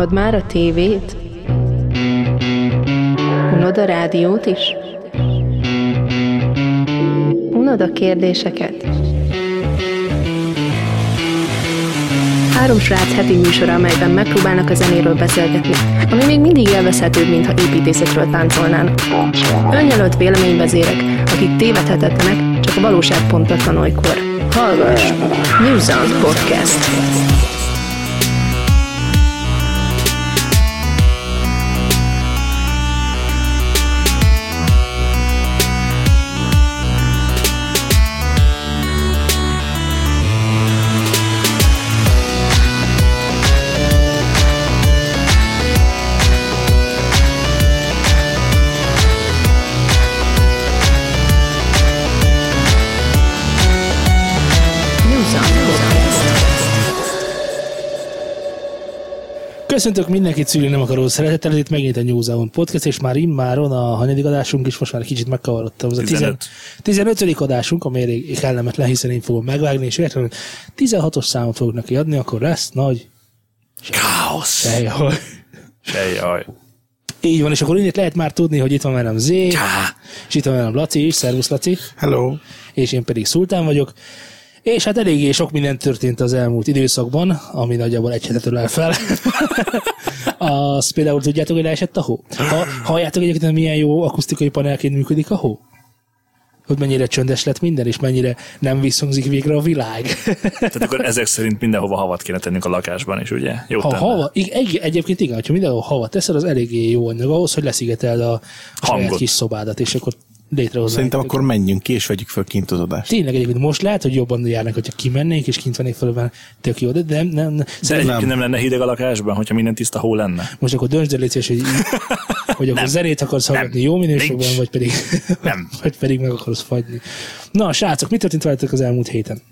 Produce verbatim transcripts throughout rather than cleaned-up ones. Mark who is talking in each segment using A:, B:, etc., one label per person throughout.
A: Unod már a tévét? Unod a rádiót is? Unod a kérdéseket? Három srác heti műsora, amelyben megpróbálnak a zenéről beszélgetni, ami még mindig élvezhetőbb, mintha építészetről táncolnának. Önjelölt véleményvezérek, akik tévedhetetlenek, csak a valóság pontatlan olykor. Hallgass! New Sound Podcast.
B: Köszöntök mindenkit, szülni nem akaró szeretettel, itt megint a New Sound Podcast, és már immáron a hanyadik adásunk is, most már kicsit megkavarodtam. Ez a tizenöt. tizenötödik adásunk, ami elég kellemetlen, hiszen én fogom megvágni, és értem, hogy tizenhatos számot fogok neki adni, akkor lesz nagy...
C: Káosz!
B: Sejjaj.
C: Sejjaj.
B: Így van, és akkor innét lehet már tudni, hogy itt van velem Zé,
C: Csá.
B: és itt van velem Laci is, szervusz Laci.
D: Hello.
B: És én pedig Szultán vagyok. És hát eléggé sok minden történt az elmúlt időszakban, ami nagyjából egy hetet ölel fel. Azt például tudjátok, hogy leesett a hó? Ha, halljátok egyébként, milyen jó akusztikai panelként működik a hó? Hogy mennyire csöndes lett minden, és mennyire nem visszhangzik végre a világ.
C: Tehát akkor ezek szerint mindenhova havat kéne tennünk a lakásban is, ugye? Jó
B: ha
C: tenne.
B: hava, egy, egyébként igen, ha mindenhol havat teszel, az eléggé jó anyag ahhoz, hogy leszigeteld a, a saját kis szobádat, és akkor létrehozni.
D: Szerintem akkor menjünk ki, és vegyük föl kint az adást.
B: Tényleg egyébként most lehet, hogy jobban járnak, hogyha kimennénk, és kint vennék fel, tök jó, de nem, nem, nem.
C: De egyébként nem. nem lenne hideg a lakásban, hogyha minden tiszta hó lenne.
B: Most akkor döntsd el, légy szíves, hogy, hogy akkor zenét akarsz hallgatni jó minőségben, vagy pedig,
C: nem.
B: vagy pedig meg akarsz fagyni. Na, srácok, mi történt veletek az elmúlt héten?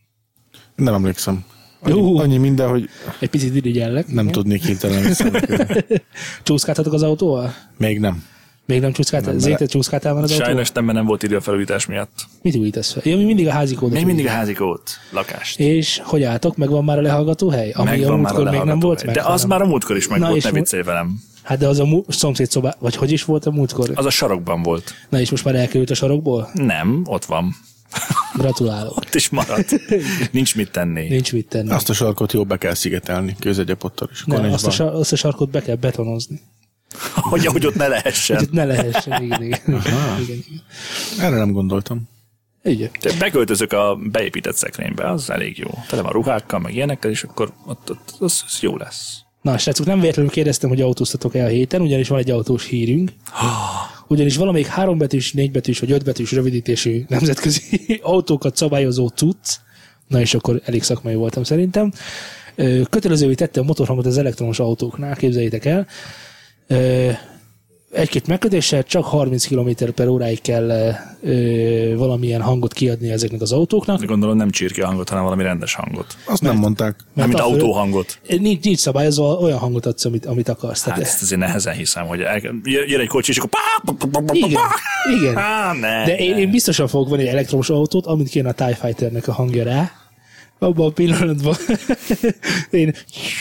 D: Nem emlékszem. Annyi,
B: Jó.
D: annyi minden, hogy
B: Egy picit irigyellek.
D: nem
B: igen.
D: tudnék hirtelen visszavetni.
B: Csúszkáltatok az autóval?
D: Még nem.
B: Még nem csúszkáltál? Zé, te csúszkáltál már az autóval?
C: Sajnos nem, mert nem volt idő a felújítás miatt.
B: Mit újítasz fel? Ja, mi mindig a házi kódot.
C: Még mindig a
B: újítjuk.
C: házi kód, lakást.
B: És hogy álltok? Megvan már a lehallgató hely? Ami a
C: Megvan már a
B: múltkor még nem volt meg?
C: De az már a múltkor is meg
B: Na,
C: volt,
B: és
C: ne
B: mo-
C: viccelj velem.
B: Hát de az a mu- szomszéd szobá, vagy hogy is volt a múltkor?
C: Az a sarokban volt.
B: Na és most már elkerült a sarokból?
C: Nem, ott van.
B: Gratulálok.
C: Ott is maradt. Nincs mit tenni.
B: Nincs mit tenni.
D: Azt a sarkot jó be kell szigetelni, kőzegyepottal is.
B: Nem, azt, a
D: Kornisban.
B: sar- azt a sarkot be kell betonozni.
C: Hogy, hogy ott ne lehessen.
B: Hogy ne lehessen, igen, igen. igen, igen.
D: Erre nem gondoltam.
B: Ugye?
C: Bekölt a beépített szekrénybe, az elég jó. Tele van ruhákkal, meg ilyenekkel, és akkor ott, ott az, az jó lesz.
B: Na, srácok, nem véletlenül kérdeztem, hogy autóztatok-e a héten, ugyanis van egy autós hírünk. Ugyanis valamelyik hárombetűs, négybetűs vagy ötbetűs rövidítésű nemzetközi autókat szabályozó cucc, na és akkor elég szakmai voltam szerintem, Ö, kötelezővé tette a motorhangot az elektromos autóknál, képzeljétek el. Ö, Egy-két megkötéssel csak harminc kilométer per óráig kell ö, valamilyen hangot kiadni ezeknek az autóknak.
C: De gondolom nem csirke hangot, hanem valami rendes hangot.
D: Azt nem mondták.
C: Nem, mint
B: a fő-
C: autóhangot.
B: Nincs, nincs szabályozva, olyan hangot adsz, amit, amit akarsz.
C: Hát
B: Tehát,
C: ezt azért nehezen hiszem, hogy el, jön egy kocsi, és akkor
B: igen, igen.
C: Á, ne,
B: De én, én biztosan fogok venni egy elektromos autót, amint kéne a TIE Fighternek a hangja rá. Abban a pillanatban én...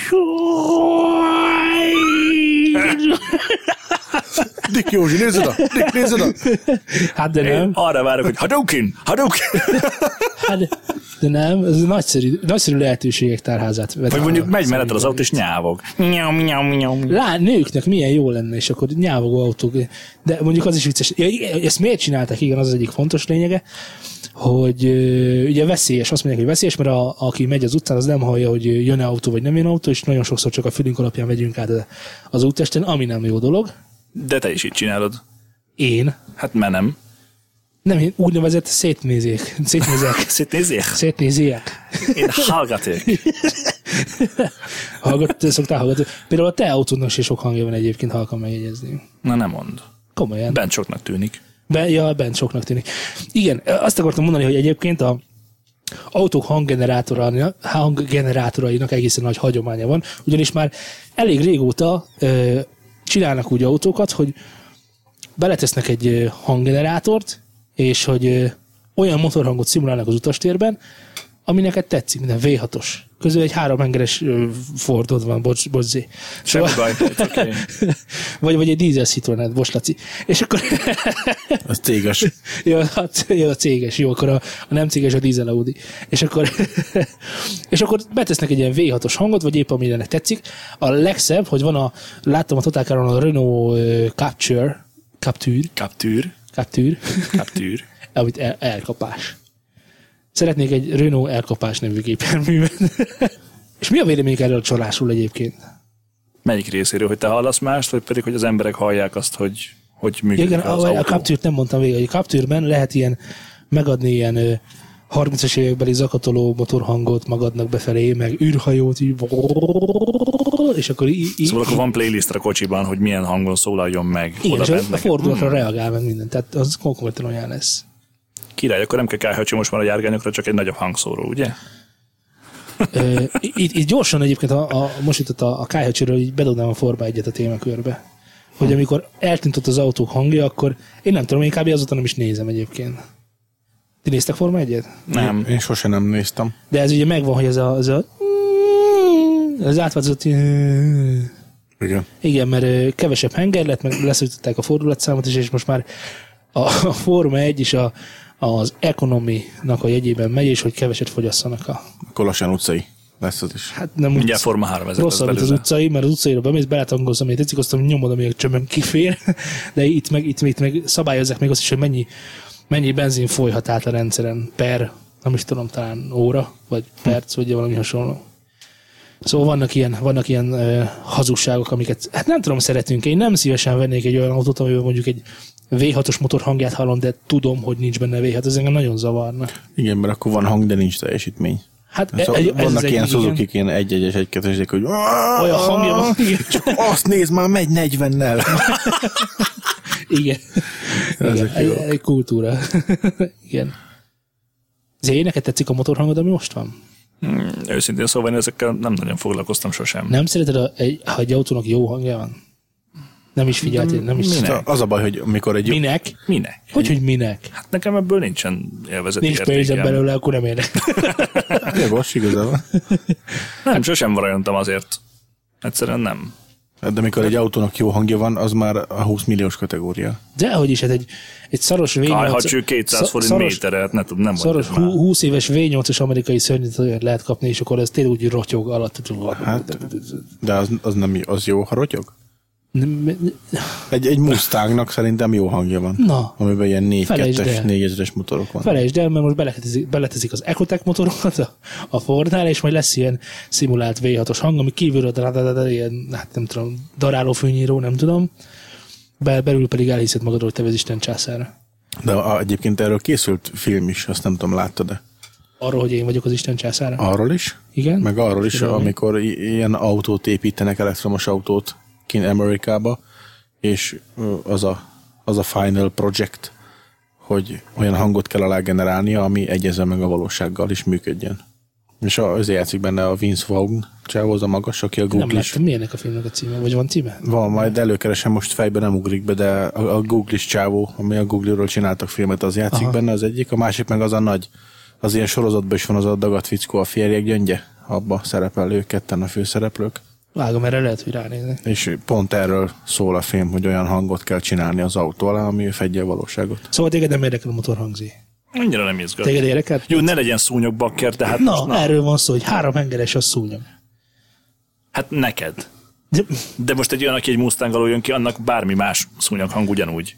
D: Dick Józsi, nézd oda! Dick, nézd oda!
B: Hát de
C: Én
B: nem.
C: arra várok, hogy Hadouken, Hadouken.
B: Hát de, de nem. Ez nagyszerű, nagyszerű lehetőségek tárházát. vet
C: Vagy
B: a-
C: mondjuk megy melletted az
B: szerintem.
C: autó, és nyávog. Nyom, nyom, nyom.
B: Lá, nőknek milyen jó lenne, és akkor nyávogó autók. De mondjuk az is vicces. Ja, igen, ezt miért csinálták? Igen, az az egyik fontos lényege, hogy ö, ugye veszélyes, azt mondják, hogy veszélyes, mert a, aki megy az utcán, az nem hallja, hogy jön-e autó, vagy nem jön autó, és nagyon sokszor csak a fülünk alapján megyünk át az úttesten, ami nem jó dolog.
C: De te is így csinálod.
B: Én.
C: Hát mert nem.
B: Nem, én úgynevezett szétnézék. Szétnézek.
C: Szétnézzél?
B: Szétnéziek.
C: Én hallgaték.
B: Hallgat, szoktál hallgatni. Például a te autódnak se sok hangja van egyébként, halkan megjegyezni.
C: Na nem mond.
B: Komolyan.
C: Bent soknak tűnik.
B: Be, ja, bent soknak tűnik. Igen, azt akartam mondani, hogy egyébként a autók hanggenerátorainak, hanggenerátorainak egészen nagy hagyománya van, ugyanis már elég régóta ö, csinálnak úgy autókat, hogy beletesznek egy hanggenerátort, és hogy ö, olyan motorhangot szimulálnak az utastérben, ami neked tetszik, minden vé hatos. Közül egy háromhengeres Fordod van, bocs, bocs Zé.
C: Semmi baj, okay.
B: vagy, vagy egy dízel Citroen, bocs Laci. És akkor...
D: Az céges.
B: jó, a, jó, a céges, jó, akkor a, a nem céges a dízel Audi. És akkor, és akkor betesznek egy ilyen vé hatos hangot, vagy épp ami ennek tetszik. A legszebb, hogy van a, láttam a Total Car-on a Renault uh, Capture, Capture,
C: Capture.
B: Capture,
C: Capture.
B: amit el, elkapás. Szeretnék egy Renault elkapás nevű gépjárművet. És mi a véleményük erről a csalásról egyébként?
C: Melyik részéről, hogy te hallasz mást, vagy pedig, hogy az emberek hallják azt, hogy, hogy működik
B: Igen,
C: az
B: a,
C: autó?
B: a Capture-t nem mondtam végig, hogy a Capture-ben lehet ilyen megadni ilyen ö, harmincas évekbeli zakatoló motorhangot magadnak befelé, meg űrhajót, így, és akkor így... így
C: Szóval akkor van playlist a kocsiban, hogy milyen hangon szólaljon meg.
B: igen,
C: oda
B: és
C: bent
B: a
C: neked.
B: fordulatra reagál meg minden, tehát az konkrétan olyan lesz.
C: Király, akkor nem kell kájhatni most már a járgányokra, csak egy nagyobb hangszóró, ugye?
B: Ö, itt, itt gyorsan egyébként a, a, most jutott a, a ká há-ről, így bedobnám a Forma egyet a témakörbe. Hogy amikor eltűnt az autók hangja, akkor én nem tudom, én kb. Azóta nem is nézem egyébként. Ti néztek Forma egyet?
C: Nem.
D: Én sose nem néztem.
B: De ez ugye megvan, hogy ez a... Ez a ez átváltozott...
D: Igen.
B: Igen, mert kevesebb henger lett, meg leszűjtötték a fordulatszámot is, és most már a, a Forma egy is a, az economy-nak a jegyében megy, és hogy keveset fogyasszanak a...
D: Akkor lassan utcai lesz az is.
B: Hát nem
C: Mindjárt
B: utca,
C: Forma három ezer lesz
B: rosszabb, mint az
C: belőle.
B: utcai, mert az utcaira bemész, beletangolsz, amit tetszik, azt mondom, nyomod, amíg a csömön kifér, de itt meg, itt, itt meg szabályozzák még azt is, hogy mennyi, mennyi benzin folyhat át a rendszeren per, nem is tudom, talán óra, vagy perc, vagy valami hasonló. Szóval vannak ilyen, vannak ilyen uh, hazugságok, amiket hát nem tudom, szeretünk. Én nem szívesen vennék egy olyan autót, amiben mondjuk egy vé hatos motor hangját hallom, de tudom, hogy nincs benne vé hat, ez engem nagyon zavarna.
D: Igen, mert akkor van hang, de nincs teljesítmény.
B: Hát
D: Szóval
B: egy, ez
D: vannak
B: az
D: ilyen
B: egyik, igen.
D: Suzuki, ilyen egy-egyes, egy-kettesek, hogy
B: Olyan hangja van. Igen.
D: csak azt nézd már, megy negyvennel.
B: Igen. Igen. Egy, egy kultúra. Igen. Zé, neked tetszik a motorhangod, ami most van?
C: Hmm, őszintén szóval én ezekkel nem nagyon foglalkoztam sosem.
B: Nem szereted, a, egy, ha egy autónak jó hangja van? Nem is figyeltél, nem is...
C: Minek?
D: Az a baj, hogy amikor egy...
B: Minek?
C: Minek?
B: Hogy, hogy minek?
C: Hát nekem ebből nincsen élvezeti
B: Nincs
C: értékem.
B: pénzem belőle, akkor nem érdekel.
D: Jogos, igazából.
C: Nem, sosem rajontam azért. Egyszerűen nem.
D: De mikor egy autónak jó hangja van, az már a húsz milliós kategória.
B: De hogy is, hát egy, egy szaros vé nyolc...
C: Kájhacső kétszáz forint
B: szaros,
C: méterre, hát ne tudom, nem
B: szaros
C: mondja már.
B: húsz éves vé nyolcas amerikai szörnyetet lehet kapni, és akkor ez tényleg úgy rotyog alatt.
D: Hát, de az, az nem az jó, ha rotyog?
B: Nem-
D: Egy, egy Mustangnak szerintem jó hangja van.
B: Na.
D: Amiben ilyen négy
B: Felejtsd
D: kettes,
B: el.
D: négyezres motorok van.
B: Felejtsd el, mert most beletezik, beletezik az Ecotec motorokat a, a Fordnál, és majd lesz ilyen szimulált vé hatos hang, ami kívülről ilyen, hát nem tudom, daráló fűnyíró, nem tudom. Be, belül pedig elhiszed magadról, hogy te vagy Isten császára.
D: De a, egyébként erről készült film is, azt nem tudom, láttad-e?
B: Arról, hogy én vagyok az Isten császára.
D: Arról is?
B: Igen?
D: Meg arról is,
B: Tudom.
D: amikor i- ilyen autót építenek, elektromos autót kint Amerikába, és ö, az a, az a final project, hogy olyan hangot kell alá generálnia, ami egyezzen meg a valósággal is működjön. És a, azért játszik benne a Vince Vaughn, csávó, az a magas, aki a
B: Nem
D: Google is.
B: láttam, milyennek a filmnek a címe? Vagy van címe?
D: Van, majd előkeresem, most fejben nem ugrik be, de a, a Google is csávó, ami a Google-ről csináltak filmet, az játszik
B: Aha.
D: benne az egyik, a másik meg az a nagy, az ilyen sorozatban is van az a dagat fickó, a férjek gyöngye, abba szerepel ők ketten a főszereplők.
B: Vágom, erre lehet, hogy ránézek.
D: És pont erről szól a film, hogy olyan hangot kell csinálni az autó alá, ami fedje a valóságot.
B: Szóval téged nem érdekel a motorhangzé.
C: Annyira nem izgat.
B: Téged érdekel?
C: Jó, ne legyen szúnyog bakker, de hát
B: Na,
C: most na.
B: erről van szó, hogy három hengeres az szúnyog.
C: Hát neked.
B: De,
C: De most egy olyan, aki egy Mustang alól jön ki, annak bármi más szúnyog hang ugyanúgy.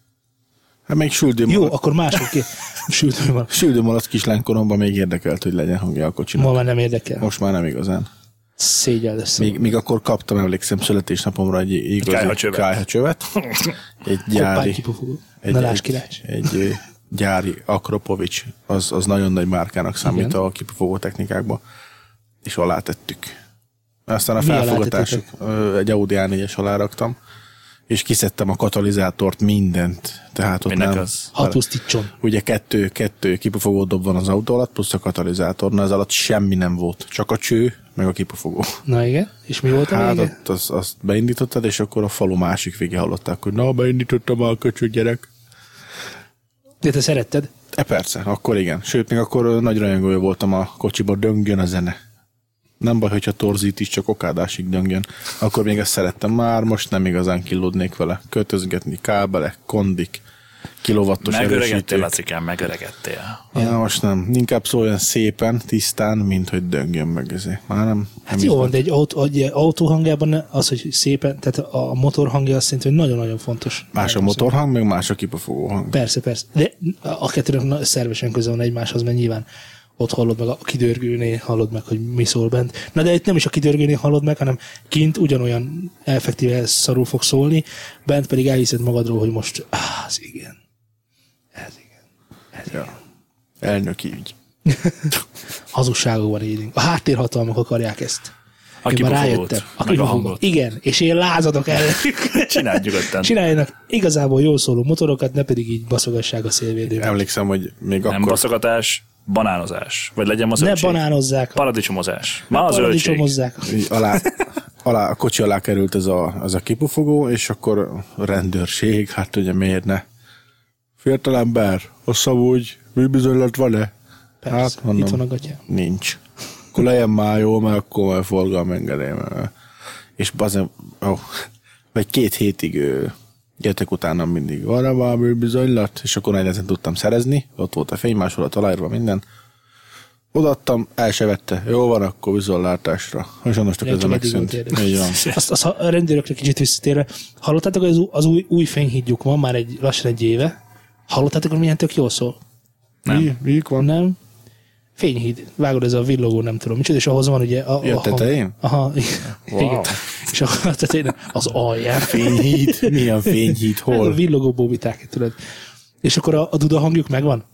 D: Hát még süldő
B: jó,
D: malac,
B: akkor mások ki. Sült, van.
D: süldő malac kislánykoromban még érdekelt, hogy legyen hangja a kocsinak.
B: Ma már nem érdekel.
D: Most már nem igazán.
B: Szégyeld össze.
D: Még, még akkor kaptam, emlékszem, születésnapomra egy igazi
C: kályhacsövet.
D: kályhacsövet. Egy gyári,
B: Koppánykipufogó.
D: egy,
B: Na, láss
D: egy,
B: kirács.
D: egy ö, gyári Akropovics, az, az nagyon nagy márkának számít
B: Igen.
D: a kipufogó technikákba, és alátettük. Aztán a
B: Mi
D: felfogatásuk, ö, egy Audi á négyes alá raktam, és kiszedtem a katalizátort, mindent. Tehát ott
C: Minek
D: nem...
C: az?
B: Hadd pusztítson.
D: Ugye kettő, kettő kipufogó dob van az autó alatt, plusz a katalizátor, na ez alatt semmi nem volt. Csak a cső, meg a kipufogó.
B: Na igen, és mi volt a
D: Hát
B: vége?
D: ott azt, azt beindítottad, és akkor a falu másik végé hallották, hogy na, beindítottam a köcsög gyerek.
B: De te szeretted?
D: E persze, akkor igen. Sőt, még akkor nagy rajongója voltam a kocsiba, döngjön a zene. Nem baj, hogyha torzít is, csak okádásig döngjön. Akkor még ezt szerettem már, most nem igazán kilódnék vele. Kötözgetni, kábelek, kondik, kilovattos erősítők.
C: Megöregettél, Lacikám, megöregettél.
D: Ja, most nem. Inkább szóljon szépen, tisztán, mint hogy döngjön meg ezért. Már nem.
B: Hát
D: nem
B: jó van, de egy autó, egy autó hangjában az, hogy szépen, tehát a motor hangja azt jelenti, hogy nagyon-nagyon fontos.
D: Más a motorhang, meg más a kipufogó hang.
B: Persze, persze. De a kettőnek szervesen köze van egymáshoz, mert nyilván ott hallod meg a kidörgőnél, hallod meg, hogy mi szól bent. Na de itt nem is a kidörgőnél hallod meg, hanem kint ugyanolyan effektíve szarul fog szólni, bent pedig elhiszed magadról, hogy most, ah, ez igen. Ez igen. Ez
D: ja.
B: igen.
D: Elnöki ügy.
B: Hazugságokban élünk. A háttérhatalmak akarják ezt.
C: A
B: Én már
C: kipufogót,
B: rájöttem. A
C: meg a
B: kipufogót.
C: hangot.
B: Igen, és én lázadok ellenük.
C: Csináld nyugodtan.
B: Csináljanak igazából jól szóló motorokat, ne pedig így baszogassák a szélvédőt.
D: Emlékszem, hogy még
C: Nem
D: akkor...
C: baszogatás, banánozás. Vagy legyen ma
B: Ne
C: zöldség.
B: banánozzák.
C: Paradicsomozás. Ma
B: Ne
C: a zöldség.
B: paradicsomozzák.
D: így alá, alá, a kocsi alá került ez a, az a kipufogó, és akkor a rendőrség, hát ugye miért ne? Fiatalember, azt úgy, mi bizonylat van-e?
B: Persze,
D: Hát, mondom,
B: itt van a gatya.
D: nincs. Akkor legyen már jó, mert akkor majd forgalmengedély. És bazen, oh, vagy két hétig ő, jöttek utána mindig, van-e valami bizonylat? És akkor egyezen tudtam szerezni, ott volt a fény, máshol a talajra, minden. Odaadtam, el se vette. Jó van, akkor viszontlátásra. És annostok
B: Nem
D: ez a
B: csak eddig
D: megszűnt.
B: volt érdekes.
D: Így van.
B: Azt, azt a rendőrökre kicsit visszatérve, hallottátok, hogy az, új- az új, új fényhídjuk van, már egy, lassan egy éve. Hallottátok, hogy milyen tök jól szól?
C: Nem.
D: Mi, mik van?
B: Nem? Fényhíd. Vágod, ez a villogó, nem tudom micsoda, és ahhoz van ugye a, a
D: Ja,
B: hang-
D: tetején?
B: Aha, igen.
D: Wow.
B: igen. És a a tetején az alján.
D: Fényhíd? Milyen fényhíd?
B: A
D: Hol?
B: villogó bóbiták, tudod. És akkor a, a duda hangjuk megvan?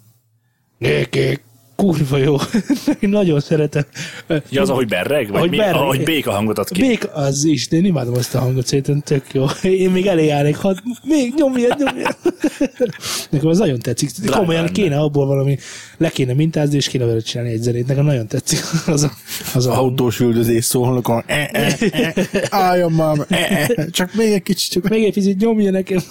B: Gékék, kurva jó. Én nagyon szeretem.
C: Ja, az, ahogy berreg? Vagy
B: Ahogy
C: mi?
B: berreg.
C: Ahogy béka hangot ad ki.
B: Bék az is, de én imádom azt a hangot, szerintem tök jó. Én még elé állnék, ha még nyomjad, nyomjad. Nekem az nagyon tetszik.
C: Drága
B: Komolyan
C: lenne.
B: kéne abból valami, le kéne mintázni, és kéne vele csinálni egy zenét. Nekem nagyon tetszik az a, az a hang.
D: Autós üldözés szólnak, akkor e, e, e, álljon már, e, e, csak még egy kicsit, csak
B: Még egy picit nyomja nekem.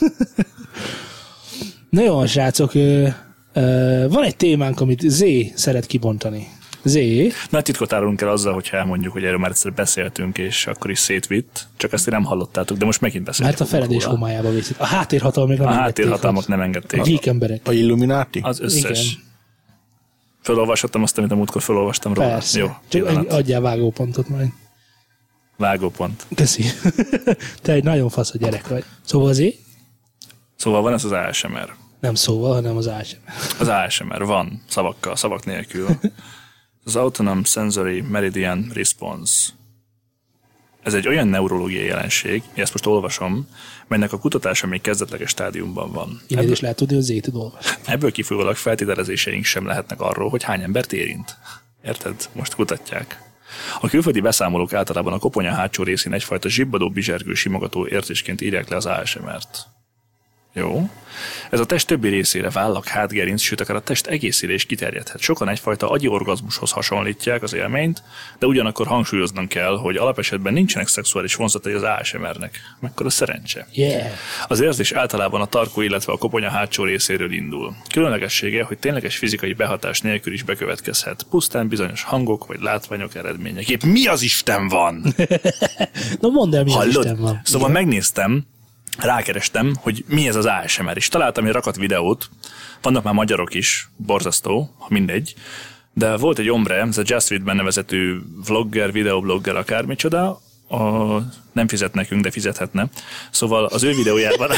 B: Na jó, srácok, ö, ö, van egy témánk, amit Zé szeret kibontani. Zé,
C: Nagy titkot árulunk el azzal, hogyha elmondjuk, hogy erről már egyszer beszéltünk, és akkor is szétvitt. Csak ezt nem hallottátok, de most megint beszélünk.
B: mert a feledés
C: róla.
B: homályába vészít. A háttérhatalmak nem
C: A
B: engedték,
C: háttérhatalmak
B: hogy-
C: nem engedték.
B: A gyík emberek.
D: a Illuminati?
C: Az összes.
B: Igen.
C: Felolvashattam azt, amit a múltkor felolvastam róla.
B: Persze.
C: Jó,
B: Csak
C: pillanat.
B: adjál vágópontot majd.
C: Vágópont.
B: Köszi. Te egy nagyon fasz a gyerek vagy. Szóval Zé?
C: Szóval van ez az á es em er.
B: Nem szóval, hanem az á es em.
C: Az á es em er van, szavakkal, szavak nélkül. Az Autonomous Sensory Meridian Response. Ez egy olyan neurológiai jelenség, ezt most olvasom, melynek a kutatása még kezdetleges stádiumban van.
B: Innen
C: Ebből,
B: is lehet tudni, hogy Zé tud olvasni.
C: ebből kifolyólag feltételezéseink sem lehetnek arról, hogy hány embert érint. Érted? Most kutatják. A külföldi beszámolók általában a koponya hátsó részén egyfajta zsibbadó, bizsergő, simogató érzésként írják le az á es em er-t. Jó. Ez a test többi részére, vállak, hátgerinc, sőt akár a test egészére is kiterjedhet. Sokan egyfajta agyi orgazmushoz hasonlítják az élményt, de ugyanakkor hangsúlyoznom kell, hogy alapesetben nincsenek szexuális vonzatai az á es em er-nek. Mekkora szerencse.
B: Yeah.
C: Az érzés általában a tarkó, illetve a koponya hátsó részéről indul. Különlegessége, hogy tényleges fizikai behatás nélkül is bekövetkezhet. Pusztán bizonyos hangok vagy látványok eredményeképp. Mi az Isten van?
B: Na mondd el, mi az
C: Hallod?
B: Isten van.
C: Szóval
B: Igen.
C: megnéztem, rákerestem, hogy mi ez az á es em er, és találtam egy rakat videót, vannak már magyarok is, borzasztó, mindegy, de volt egy ombre, ez a Just Read nevezetű vlogger, videoblogger, akármicsoda, a, nem fizet nekünk, de fizethetne. Szóval az ő videójában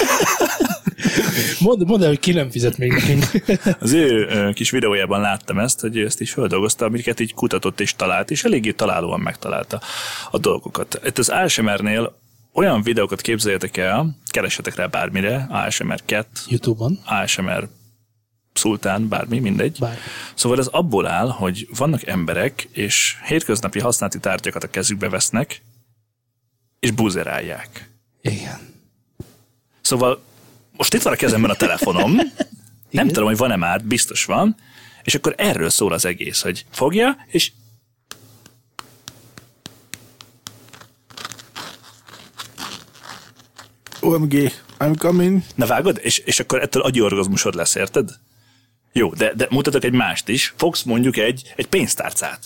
B: Mondd, mondd el, hogy ki nem fizet még nekünk.
C: az ő ö, kis videójában láttam ezt, hogy ő ezt is feldolgozta, amiket így kutatott és talált, és eléggé találóan megtalálta a dolgokat. Itt az á es em er-nél olyan videókat képzeljetek el, keressetek rá bármire, á es em er Cat,
B: YouTube-on.
C: á es em er Szultán, bármi, mindegy.
B: Bármi.
C: Szóval ez abból áll, hogy vannak emberek, és hétköznapi használati tárgyakat a kezükbe vesznek, és buzerálják.
B: Igen.
C: Szóval most itt van a kezemben a telefonom, nem tudom, hogy van-e már, biztos van, és akkor erről szól az egész, hogy fogja, és
D: o em gé, I'm coming.
C: na vágod, és, és akkor ettől agyi orgazmusod lesz, érted? Jó, de, de mutatok egy mást is. Fogsz mondjuk egy, egy pénztárcát.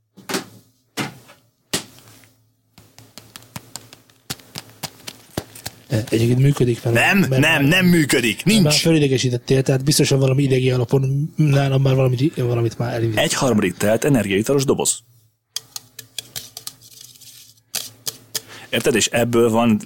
B: Egyébként működik vele.
C: Nem,
B: mert
C: nem, nem működik.
B: Már
C: Nincs.
B: fölidegesítettél, tehát biztosan valami idegi alapon nálam már valamit, valamit már elindít.
C: Egy harmadik telt energiaitalos doboz. Érted? És ebből van...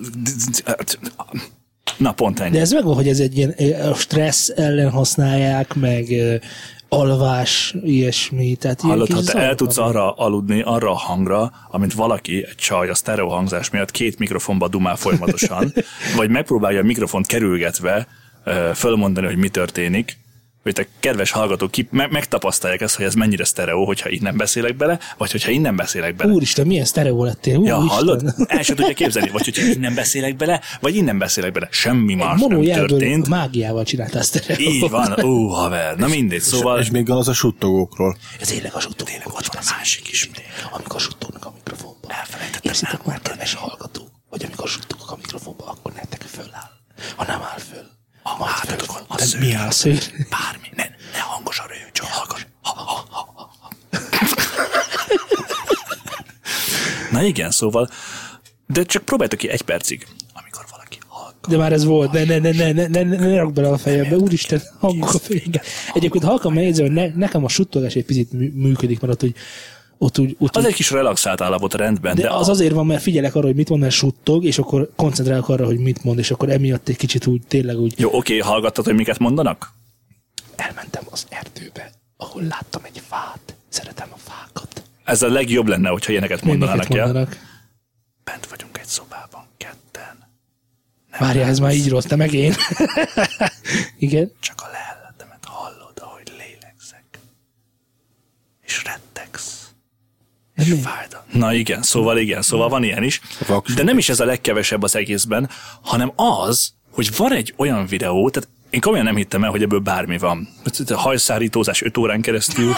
C: Na, pont ennyi.
B: De ez megvan, hogy ez egy ilyen a stressz ellen használják, meg alvás, ilyesmi. Tehát
C: Hallod, ha te
B: zavar
C: el tudsz
B: van.
C: arra aludni, arra a hangra, amint valaki, egy csaj a sztereó hangzás miatt két mikrofonba dumál folyamatosan, vagy megpróbálja a mikrofont kerülgetve ö, fölmondani, hogy mi történik, hogy te kedves hallgatók ki, me- megtapasztalják ezt, hogy ez mennyire sztereó, hogyha innen beszélek bele, vagy hogyha innen beszélek bele.
B: Úristen, milyen sztereó lettél. Úristen.
C: Ja, hallod? El sem tudja képzelni, vagy hogyha innen beszélek bele, vagy innen beszélek bele. Semmi más nem
B: Monojelből
C: történt.
B: mágiával csináltál sztereót.
C: Így van, ó, haver. Na mindegy, szóval...
D: És még van az a suttogókról.
B: Ez tényleg a suttogó. Tényleg
C: ott van a másik is.
B: Amikor suttognak a mikrofonba.
C: Elfelejtettem.
B: Érzitek már, kedves hallgató, hogy amikor suttogok a mikrofonba, akkor nektek föláll. Ha nem áll föl,
C: A
B: majd
C: hátul
B: föl
C: van
B: van.
C: a szőr.
B: Mi áll szőr?
C: Bármi, ne, ne hangosan röhög, csak hallgass. Ha, ha, ha, ha. Na igen, szóval, de csak próbáltak ki egy percig, amikor valaki hallgat.
B: De már ez volt, ne, ne, ne, ne, ne, ne, ne, ne rakd bele a fejembe, úristen, hangok a fejembe. Egyébként halkan megjegyzem, hogy ne, nekem a suttogás egy picit mű- működik, mert ott úgy, ott úgy, ott
C: Az
B: úgy
C: egy kis relaxált állapot rendben, de,
B: de az
C: a,
B: azért van, mert figyelek arra, hogy mit mond, mert suttog, és akkor koncentrálok arra, hogy mit mond, és akkor emiatt egy kicsit úgy, tényleg úgy
C: jó, oké, hallgattad, hogy miket mondanak?
B: elmentem az erdőbe, ahol láttam egy fát. Szeretem a fákat.
C: Ez a legjobb lenne, hogyha ilyeneket mondanának
B: Miket
C: el.
B: mondanak?
C: Bent vagyunk egy szobában, ketten.
B: Várjál, ez már így rossz, te meg én. Igen.
C: Csak a lelletemet hallod, ahogy lélegzek. És rettegsz.
B: Ez
C: És
B: mi?
C: fájda. Na igen, szóval igen, szóval van ilyen is.
D: Vaks.
C: De nem is ez a legkevesebb az egészben, hanem az, hogy van egy olyan videó, tehát én komolyan nem hittem el, hogy ebből bármi van. Hajszárítózás öt órán keresztül.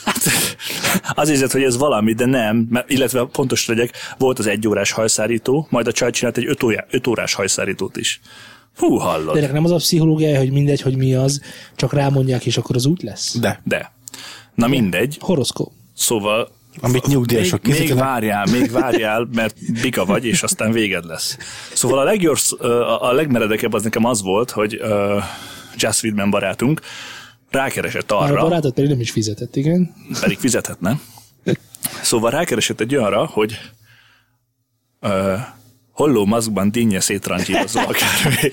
C: Az érzed, hogy ez valami, de nem, mert, illetve pontos legyek, volt az egy órás hajszárító, majd a csaj csinált egy öt, órá, öt órás hajszárítót is. Hú, hallod.
B: De ennek nem az a pszichológia, hogy mindegy, hogy mi az, csak rámondják, és akkor az úgy lesz.
D: De.
C: De. Na mindegy.
B: Horoszkóp.
C: Szóval
D: Amit nyugdíjasok
C: még, még
D: készítenek.
C: várjál, még várjál, mert bika vagy, és aztán véged lesz. Szóval a leggyors, a legmeredekebb az nekem az volt, hogy uh, Joss Whedon barátunk rákeresett
B: Már a
C: arra,
B: barátot pedig nem is fizetett, igen.
C: pedig fizethetne. Szóval rákeresett egy olyanra, hogy uh, holló maszkban dinnye szétrangyírozó akármi.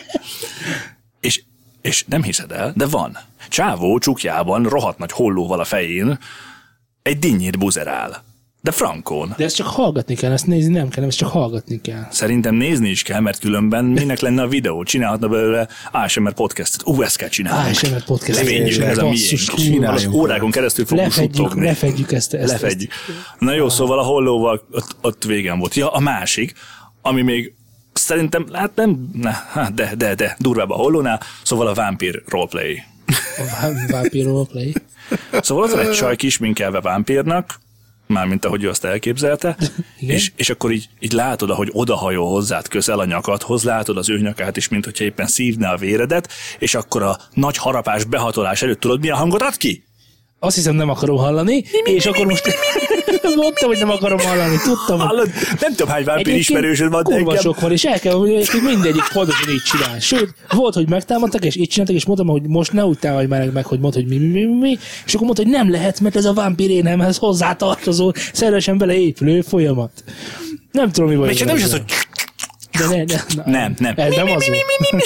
C: és, és nem hiszed el, de van. Csávó csukjában rohadt nagy hollóval a fején egy dinnyét buzerál. De frankón.
B: De ezt csak hallgatni kell, ezt nézni nem kell, ezt csak hallgatni kell.
C: Szerintem nézni is kell, mert különben minek lenne a videó? Csinálhatna belőle á es em er podcastet. Ú, ezt kell csinálni.
B: á es em er podcast.
C: Lefedjük, ez a
B: Basszus,
C: miénk.
B: kurva.
C: Az órákon keresztül fogunk
B: Lefedjük,
C: suttogni.
B: lefedjük ezt. ezt,
C: Lefedjük. Na jó, szóval a hollóval ott, ott végem volt. Ja, a másik, ami még szerintem, hát nem, ne, hát de, de, de, durvább a hollónál, szóval a vámpír roleplay.
B: A Vampire Roleplay.
C: Szóval az egy csaj kisminkelve vámpírnak, mármint ahogy ő azt elképzelte, és, és akkor így, így látod, ahogy odahajol hozzád közel a nyakadhoz, látod az ő nyakát is, mint hogyha éppen szívne a véredet, és akkor a nagy harapás, behatolás előtt tudod, milyen hangot ad ki?
B: Azt hiszem nem akarom hallani, és akkor most mondtam, hogy nem akarom hallani, tudtam. hogy-
C: Hallod? Nem tudom, hány vámpír
B: Egyébként
C: ismerősöd van, de
B: kurva
C: engem...
B: sok van, és el kell mondani, hogy mindegyik pontosan így csinál. Sőt, volt, hogy megtámadtak, és így csináltak, és mondtam, hogy most ne úgy támadj már meg, hogy mondd, hogy mi, mi, mi, mi, mi, és akkor mondta, hogy nem lehet, mert ez a vámpírénemhez hozzátartozó, szervesen beleépülő folyamat. Nem tudom, mi
C: És
B: vagy.
C: nem is az, hogy
B: De ne, ne, na,
C: nem, nem.
B: Ez nem az volt.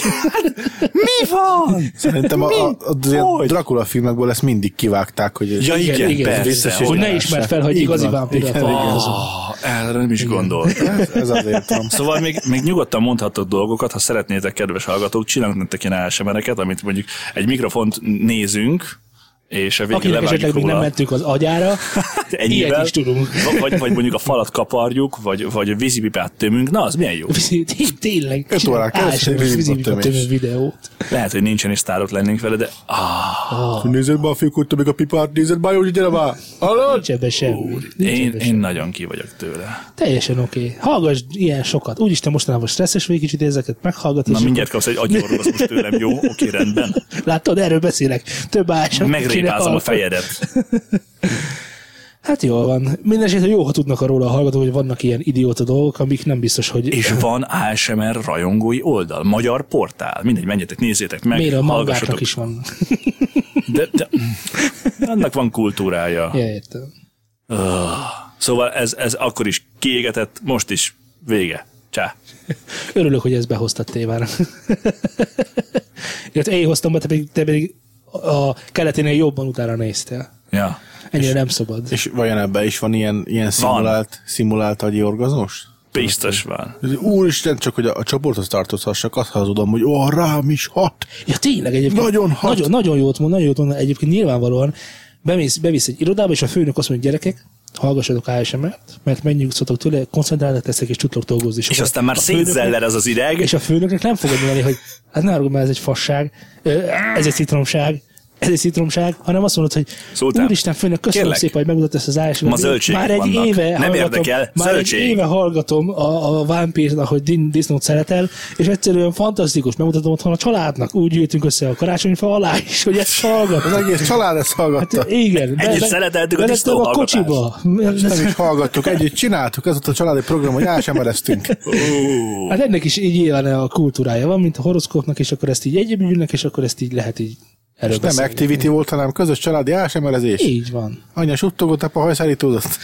C: Mi van?
D: Szerintem a, a, az ilyen
C: Hogy?
D: Dracula filmekből ezt mindig kivágták, hogy
C: Ja, igen,
B: igen,
C: persze.
D: vicces,
C: hogy
B: Hogy ne
C: ne
B: ismerd fel, hogy
D: Így
B: igazi
D: van.
B: vámpírra
D: Igen,
B: foglalkozom.
C: Oh, erre nem is gondoltam.
D: ez, ez azért van.
C: Szóval még, még nyugodtan mondhatok dolgokat, ha szeretnétek, kedves hallgatók, csinálunk nektek ilyen á es em ereket, amit mondjuk egy mikrofont nézünk, és a végén
A: akinek esetleg még nem mentünk az agyára, ilyet is tudunk.
C: Vagy, vagy mondjuk a falat kaparjuk, vagy, vagy a vízipipát tömünk, na az milyen jó.
A: Tényleg.
D: öt órán keresztül
A: vízipipát tömő videót.
C: Lehet, hogy nincsen és sztárok lennénk vele, de ah.
D: Oh. Nézzed be a fiúkot, még a pipát, nézzed be, Józsi, gyere már! Hallod?
A: Nincs ebben semmi.
C: Én, én nagyon ki vagyok tőle.
A: Teljesen oké. Okay. Hallgass ilyen sokat. Úgyis te mostanában stresszes vagy kicsit ezeket meghallgatod.
C: Na mindjárt kapsz egy agyorgazmus tőlem, jó? Oké, rendben.
A: Látod, erről beszélek. Több állásom.
C: Megrépázom a fejedet.
A: Hát jól van. Mindenesetre jó, ha tudnak róla a hallgatók, hogy vannak ilyen idióta dolgok, amik nem biztos, hogy...
C: És van á es em er rajongói oldal, magyar portál. Mindegy, menjetek, nézzétek meg.
A: Miért a mangáknak is van?
C: De, de annak van kultúrája.
A: Ja, értem.
C: Uh, szóval ez, ez akkor is kiégetett, most is vége. Csá.
A: Örülök, hogy ezt behoztad témára. Illetve én hoztam be, te pedig, te pedig a keleténél jobban utána néztél.
C: Ja.
A: Ennyire
C: és,
A: nem szabad.
D: És vajon ebben is van ilyen, ilyen szimulált, szimulált agyi orgazmus?
C: Biztos van.
D: Úristen, csak hogy a, a csoporthoz tartozhassak, azt hazudom, hogy ó, rám is hat.
A: Ja, tényleg egyébként.
D: Nagyon hat.
A: Nagyon, nagyon jót mond, nagyon jót mond. Egyébként nyilvánvalóan bemész, bevisz egy irodába, és a főnök azt mondja, gyerekek, hallgassatok á es em ert, mert megnyugszatok tőle, koncentrálnak leszek, és tudtok dolgozni.
C: És aztán már szétzeller ez az ideg.
A: És a főnöknek nem fogod mondani, hogy hát ne arra, mert ez egy fasság, ez egy citromság, ez egy citromság, hanem azt mondod, hogy
C: Szultán,
A: úristen, főnök, köszönöm
C: kérlek,
A: szépen, hogy megmutatta ezt az á es em ert.
C: Már
A: egy
C: vannak.
A: éve
C: Nem
A: hallgatom,
C: érdekel,
A: már
C: zöldség.
A: egy éve hallgatom a, a Vampírt, ahogy Din Disznót szeretel, és egyszerűen fantasztikus, megmutatom otthon a családnak, úgy ültünk össze a karácsonyfa alá is, hogy ezt hallgat.
D: Az egész család ezt hallgatta.
A: Hát igen.
C: Együtt szereteltük a disznó
A: a kocsiba.
D: Nem is hallgattuk, együtt csináltuk, ez ott a családi program, hogy á es em ereztünk.
A: Hát ennek is így nyilván a kultúrája van, mint a horoszkópnak, és akkor ezt így együtt ülnek, és akkor ezt így lehet így erről
D: És nem
A: beszélgetni.
D: activity volt, hanem közös családi á es em erezés.
A: Így van.
D: Anya suttogott, apa hajszárítózott.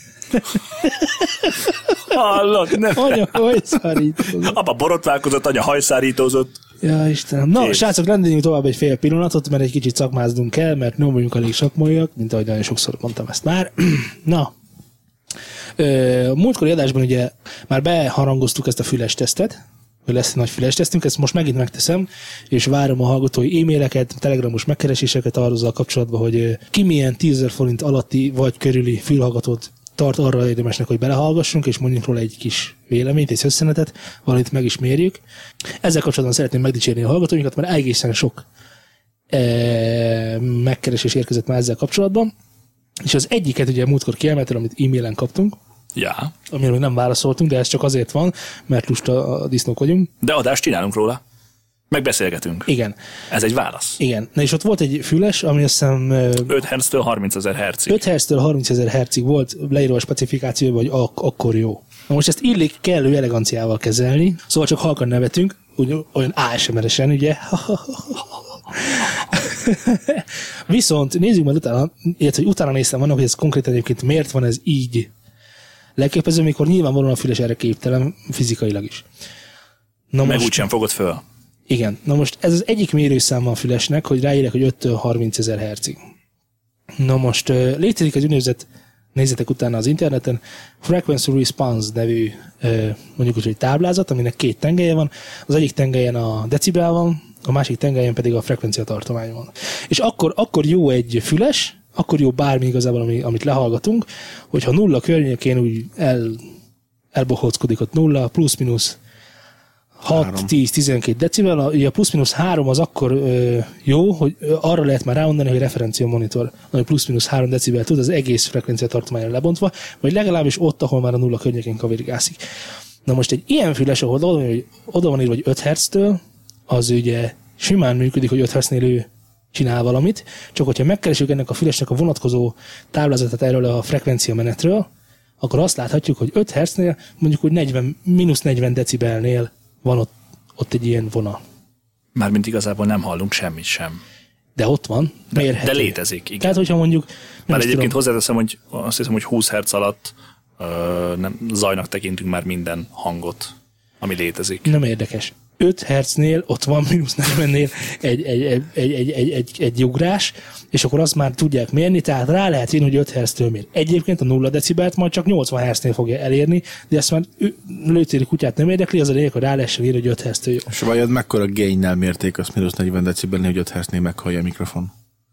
C: Hallod, nem.
A: Anya hajszárítózott.
C: Apa borotválkozott, anya hajszárítózott.
A: Ja, Istenem. Na,
C: Kész.
A: srácok, rendeljünk tovább egy fél pillanatot, mert egy kicsit szakmáznunk kell, mert nem vagyunk elég sakmoljak, mint ahogy nagyon sokszor mondtam ezt már. Na, Ö, múltkori adásban ugye már beharangoztuk ezt a füles tesztet, hogy lesz egy nagy füles tesztünk, ezt most megint megteszem, és várom a hallgatói e-maileket, telegramos megkereséseket arra kapcsolatban, hogy ki milyen tízezer forint alatti vagy körüli fülhallgatót tart arra érdemesnek, hogy belehallgassunk, és mondjunk róla egy kis véleményt, egy összenetet, valamit meg is mérjük. Ezzel kapcsolatban szeretném megdicsérni a hallgatóinkat, mert egészen sok e, megkeresés érkezett már ezzel kapcsolatban, és az egyiket ugye múltkor kiemeltem, amit e-mailen kaptunk,
C: Ja.
A: amire még nem válaszoltunk, de ez csak azért van, mert lusta a disznók vagyunk.
C: De adást csinálunk róla. Megbeszélgetünk.
A: Igen.
C: Ez egy válasz.
A: Igen. Na és ott volt egy füles, ami azt hiszem
C: öt hertztől harmincezer hertzig.
A: öt hertztől harmincezer hertzig volt leírva a specifikációban, hogy ak- akkor jó. Na most ezt illik kellő eleganciával kezelni, szóval csak halkan nevetünk, úgy, olyan á es em eresen, ugye. Viszont nézzük majd utána, illetve hogy utána néztem annak, hogy ez konkrétan egyébként miért van ez így. Legképező, mikor nyilvánvalóan a füles erre képtelen fizikailag is. Na
C: Meg
A: most,
C: úgysem fogod föl.
A: igen. Na most ez az egyik mérőszáma a fülesnek, hogy ráírják, hogy öttől harmincezer hertzig. Na most uh, létezik egy úgynevezett, nézzetek utána az interneten, Frequency Response nevű uh, mondjuk úgy, hogy táblázat, aminek két tengelye van. Az egyik tengelyen a decibel van, a másik tengelyen pedig a frekvencia tartomány van. És akkor, akkor jó egy füles, akkor jó bármi igazából, ami, amit lehallgatunk, hogyha nulla környékén úgy el, elbohóckodik ott nulla, plusz-minusz hat, tíz, tizenkét decibel, a, a plusz-minusz három az akkor ö, jó, hogy ö, arra lehet már rámondani, hogy referencia monitor, ami plusz-minusz három decibel tud, az egész frekvencia tartományra lebontva, vagy legalábbis ott, ahol már a nulla környékén kavirgászik. Na most egy ilyen füles, ahol oda van, hogy oda van írva, hogy öt hertztől, az ugye simán működik, hogy öt hertznél ő csinál valamit, csak hogyha megkeresjük ennek a fülesnek a vonatkozó táblázatát erről a frekvencia menetről, akkor azt láthatjuk, hogy öt hertznél mondjuk úgy negyven, mínusz negyven decibelnél van ott, ott egy ilyen vona.
C: Mármint igazából nem hallunk semmit sem.
A: De ott van,
C: De,
A: mérhető.
C: de létezik, igen.
A: Tehát, hogyha mondjuk...
C: Már egyébként
A: tudom,
C: hozzáteszem, hogy azt hiszem, hogy húsz hertz alatt ö, nem, zajnak tekintünk már minden hangot, ami létezik.
A: nem érdekes. öt hertznél ott van mínusz negyvennél egy, egy, egy, egy, egy, egy, egy, egy ugrás, és akkor azt már tudják mérni, tehát rá lehet írni, hogy öt hertztől mér. Egyébként a nulla decibelt majd csak nyolcvan hertznél fogja elérni, de ezt már lőtéri kutyát nem érdekli, az a lényeg, hogy rá lehessen írni, hogy öt hertztől jó.
D: És vajon mekkora gain-nel mérték azt mínusz negyven decibelnél, hogy öt hertznél meghallja a mikrofon?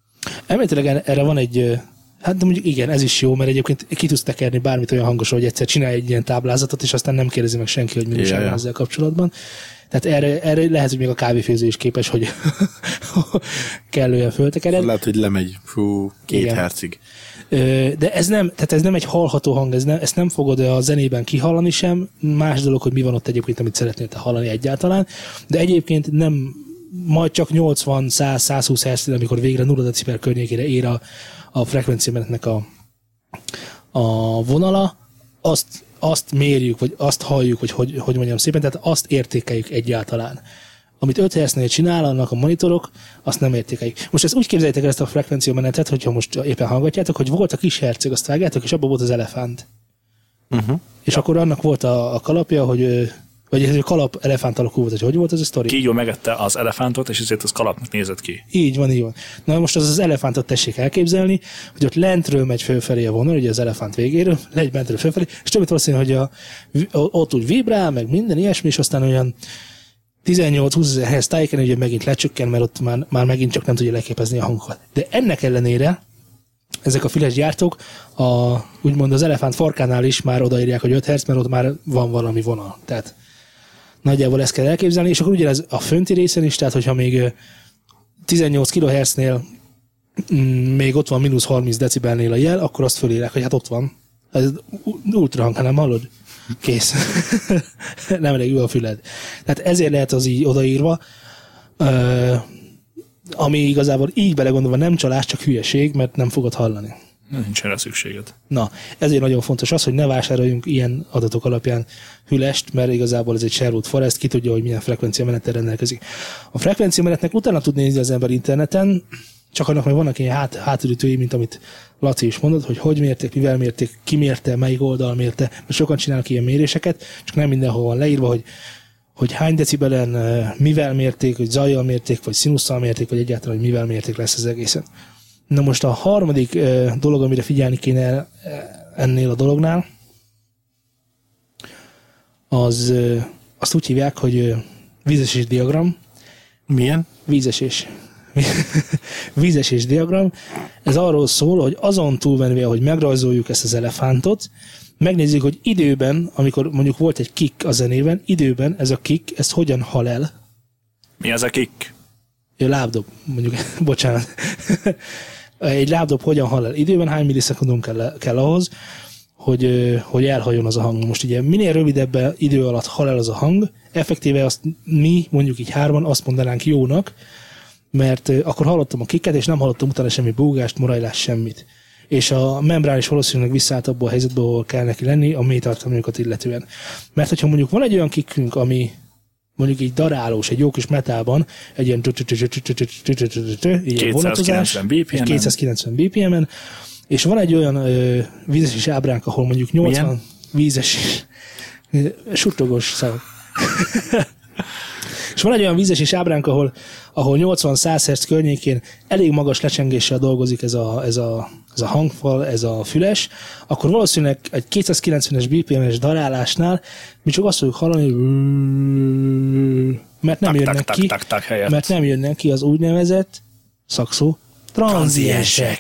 B: Elméletileg erre van egy, hát de mondjuk igen, ez is jó, mert egyébként ki tudsz tekerni bármit olyan hangosan, hogy egyszer csinálj egy ilyen táblázatot, és aztán nem kérdezi meg senki, hogy mi is van ezzel kapcsolatban. Tehát erre, erre lehet, hogy még a kávéfőző is képes, hogy kellően föltekered.
D: Lehet, hogy lemegy fú, két igen. hercig.
B: De ez nem, tehát ez nem egy hallható hang, ez nem, ezt nem fogod a zenében kihallani sem. Más dolog, hogy mi van ott egyébként, amit szeretnél te hallani egyáltalán. De egyébként nem, majd csak nyolcvan, száz, százhúsz hertz, amikor végre nulla decibel környékére ér a, a frekvenciamenetnek a, a vonala, azt, azt mérjük, vagy azt halljuk, vagy hogy, hogy mondjam szépen, tehát azt értékeljük egyáltalán. Amit öt hertznél csinálnak a monitorok, azt nem értékeljük. Most ezt úgy képzeljétek el ezt a frekvenciamenetet, hogyha most éppen hallgatjátok, hogy volt a kis herceg, azt vágjátok, és abban volt az elefánt. Uh-huh. És akkor annak volt a, a kalapja, hogy vagy ez egy kalap elefánt alakú volt, hogy hogy volt ez a sztori?
C: Kígyó megette az elefántot, és ezért az kalapnak nézett ki.
B: Így van, így van. Na most az az elefántot tessék elképzelni, hogy ott lentről megy fölfelé a vonal, ugye az elefánt végéről, legy mentről fölfelé, és többet valószínű, hogy a, ott úgy vibrál, meg minden ilyesmi, és aztán olyan tizennyolc-húsz ezer hertz tájéken ugye megint lecsökken, mert ott már, már megint csak nem tudja leképezni a hangokat. De ennek ellenére ezek a füles gyártók a, úgymond az elefánt farkánál is már odaírják, hogy öt hertz, mert ott már van valami vonal. Tehát nagyjából ezt kell elképzelni, és akkor ugyanez a fönti részen is, tehát hogyha még tizennyolc kilohertznél még ott van mínusz harminc decibelnél a jel, akkor azt fölírják, hogy hát ott van. Ez ultrahang, nem hallod? Kész. Nem elég jó a füled. Tehát ezért lehet az így odaírva, ami igazából így belegondolva nem csalás, csak hülyeség, mert nem fogod hallani.
C: Nincs erre szükséged.
B: Na, ezért nagyon fontos az, hogy ne vásároljunk ilyen adatok alapján hülest, mert igazából ez egy Sherwood Forest, ki tudja, hogy milyen frekvenciamenettel rendelkezik. A frekvenciamenetnek utána tud nézni az ember interneten, csak annak meg vannak ilyen hát, hátulütői, mint amit Laci is mondott, hogy hogy mérték, mivel mérték, ki mérte, melyik oldal mérte, mert sokan csinálnak ilyen méréseket, csak nem mindenhol van leírva, hogy, hogy hány decibelen, mivel mérték, hogy zajjal mérték, vagy színusszal mérték, vagy egyáltalán, hogy mivel mérték lesz az egészen. Na most a harmadik dolog, amire figyelni kéne ennél a dolognál, az azt úgy hívják, hogy vízesés diagram.
D: Milyen?
B: Vízesés. Vízesés diagram. Ez arról szól, hogy azon túlmenve, hogy megrajzoljuk ezt az elefántot, megnézzük, hogy időben, amikor mondjuk volt egy kick a zenében, időben ez a kick, ezt hogyan hal el.
C: Mi az a kick?
B: Egy lábdob, mondjuk, bocsánat. Egy lábdob hogyan hal el időben, hány millisekundum kell, kell ahhoz, hogy, hogy elhajjon az a hang. Most ugye minél rövidebb idő alatt hal el az a hang, effektíve azt mi, mondjuk így hárman azt mondanánk jónak, mert akkor hallottam a kicket, és nem hallottam utána semmi búgást, morajlást, semmit. És a membrán is valószínűleg visszaállt abba a helyzetbe, ahol kell neki lenni, a mélytartalmakat illetően. Mert hogyha mondjuk van egy olyan kickünk, ami mondjuk így darálós, egy jó kis metálban, egy ilyen
C: kétszázkilencven bé pé em-en,
B: kétszázkilencven bé pé em-en, és van egy olyan ö, vízesés ábránk, ahol mondjuk nyolcvan milyen? Vízes, suttogós szavak. És van egy olyan vízesés ábránk, ahol, ahol nyolcvan-száz hertz környékén elég magas lecsengéssel dolgozik ez a, ez, a, ez a hangfal, ez a füles, akkor valószínűleg egy kétszázkilencvenes bé pé em-es darálásnál mi csak azt fogjuk hallani, mert nem tak, jönnek tak, ki, tak, tak, tak mert nem jönnek ki az úgynevezett szakszó tranziensek.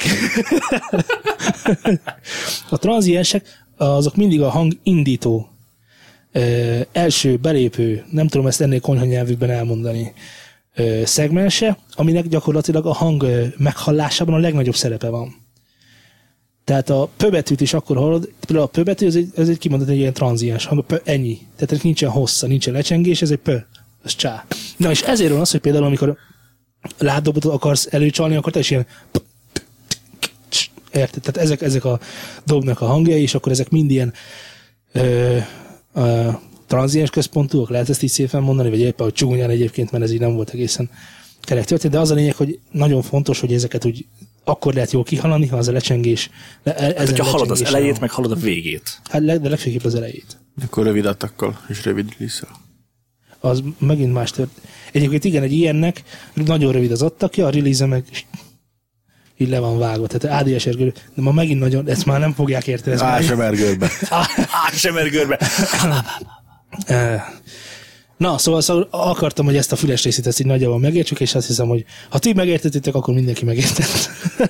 B: A tranziensek azok mindig a hang indító Ö, első belépő, nem tudom ezt ennél konyha nyelvükben elmondani, ö, szegmense, aminek gyakorlatilag a hang ö, meghallásában a legnagyobb szerepe van. Tehát a pöbetűt is akkor hallod, például a pöbetű, ez egy, ez egy kimondott egy ilyen tranziens hang, pö, ennyi. Tehát nincsen hossza, nincsen lecsengés, ez egy pö, ez csá. Na és ezért van az, hogy például amikor lábdobot akarsz előcsalni, akkor te is ilyen érted? Tehát ezek, ezek a dobnak a hangjai, és akkor ezek mind ilyen ö, a tranziens központúak, lehet ezt így szépen mondani, vagy éppen, hogy csúnyán egyébként, mert ez így nem volt egészen kerek történt, de az a lényeg, hogy nagyon fontos, hogy ezeket úgy akkor lehet jól kihallani, ha az a lecsengés. Le,
C: hát, hogyha hallod az elejét, a... meg hallod a végét.
B: Hát de legfőképp az elejét.
D: Akkor rövid attakkal, és rövid vissza.
B: Az megint más tört. Egyébként igen, egy ilyennek nagyon rövid az attakja, a release meg így le van vágva. Tehát á dé es er görbe, de ma megint nagyon, ezt már nem fogják érteni.
D: á es em er görbe.
C: á es em er görbe.
B: Na, szóval, szóval akartam, hogy ezt a füles részét ezt így nagyjából megértsük, és azt hiszem, hogy ha ti megértettétek, akkor mindenki megértett.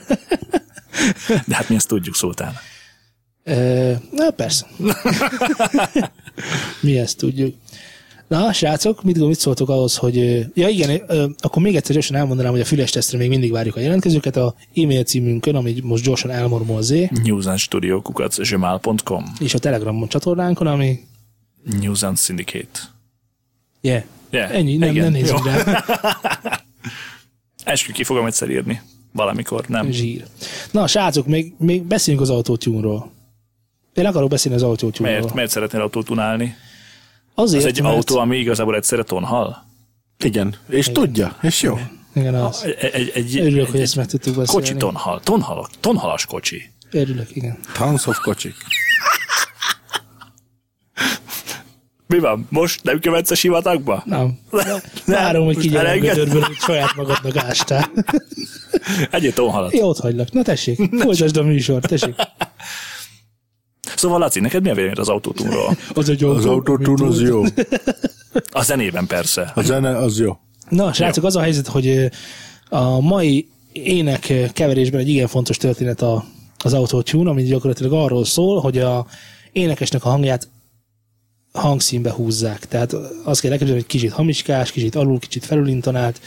C: De hát mi ezt tudjuk, Szultán.
B: E, na, persze. Mi ezt tudjuk. Na, srácok, mit, mit szóltok ahhoz, hogy... Ja igen, akkor még egyszer gyorsan elmondanám, hogy a füles tesztre még mindig várjuk a jelentkezőket a e-mail címünkön, ami most gyorsan elmormol Z.
C: news and studio kukac gmail pont com
B: És a Telegramon csatornánkon, ami...
C: News and Syndicate.
B: Yeah.
C: Yeah.
B: Ennyi, nem, nem nézzük rá.
C: Eskü ki fogom egyszer írni. Valamikor, nem.
B: Zsír. Na, srácok, még, még beszéljünk az autótune-ról. Én akarok beszélni az autótune-ról.
C: Miért, miért szeretnél autótunálni?
B: Azért,
C: Ez egy
B: mert...
C: autó, ami igazából egyszerre tonhal?
D: Igen, és igen. Tudja, és jó.
B: Igen, az.
C: Egy, egy, egy,
B: Örülök,
C: egy,
B: hogy ezt meg tudtuk beszélni.
C: Kocsi tonhal. Tonhal, tonhalas kocsi.
B: Örülök, igen.
D: Tons of kocsik.
C: Mi van? Most nem követsz a sivatagba?
B: Nem. Várom, hogy kigyere a gödörből, hogy saját magadnak ástál.
C: Egyéb tonhalat.
B: Én ott hagylak. Na tessék, folytasd a műsort, tessék.
C: Szóval Laci, neked mi a véleményed az autótúnról?
B: Az egy
D: Az autótune az jó.
C: A zenében persze.
D: A zene az jó.
B: Na, srácok, az a helyzet, hogy a mai ének keverésben egy igen fontos történet a, az autotune, ami gyakorlatilag arról szól, hogy a énekesnek a hangját hangszínbe húzzák. Tehát azt kell elképzelni, hogy kicsit hamiskás, kicsit alul, kicsit felülintonált.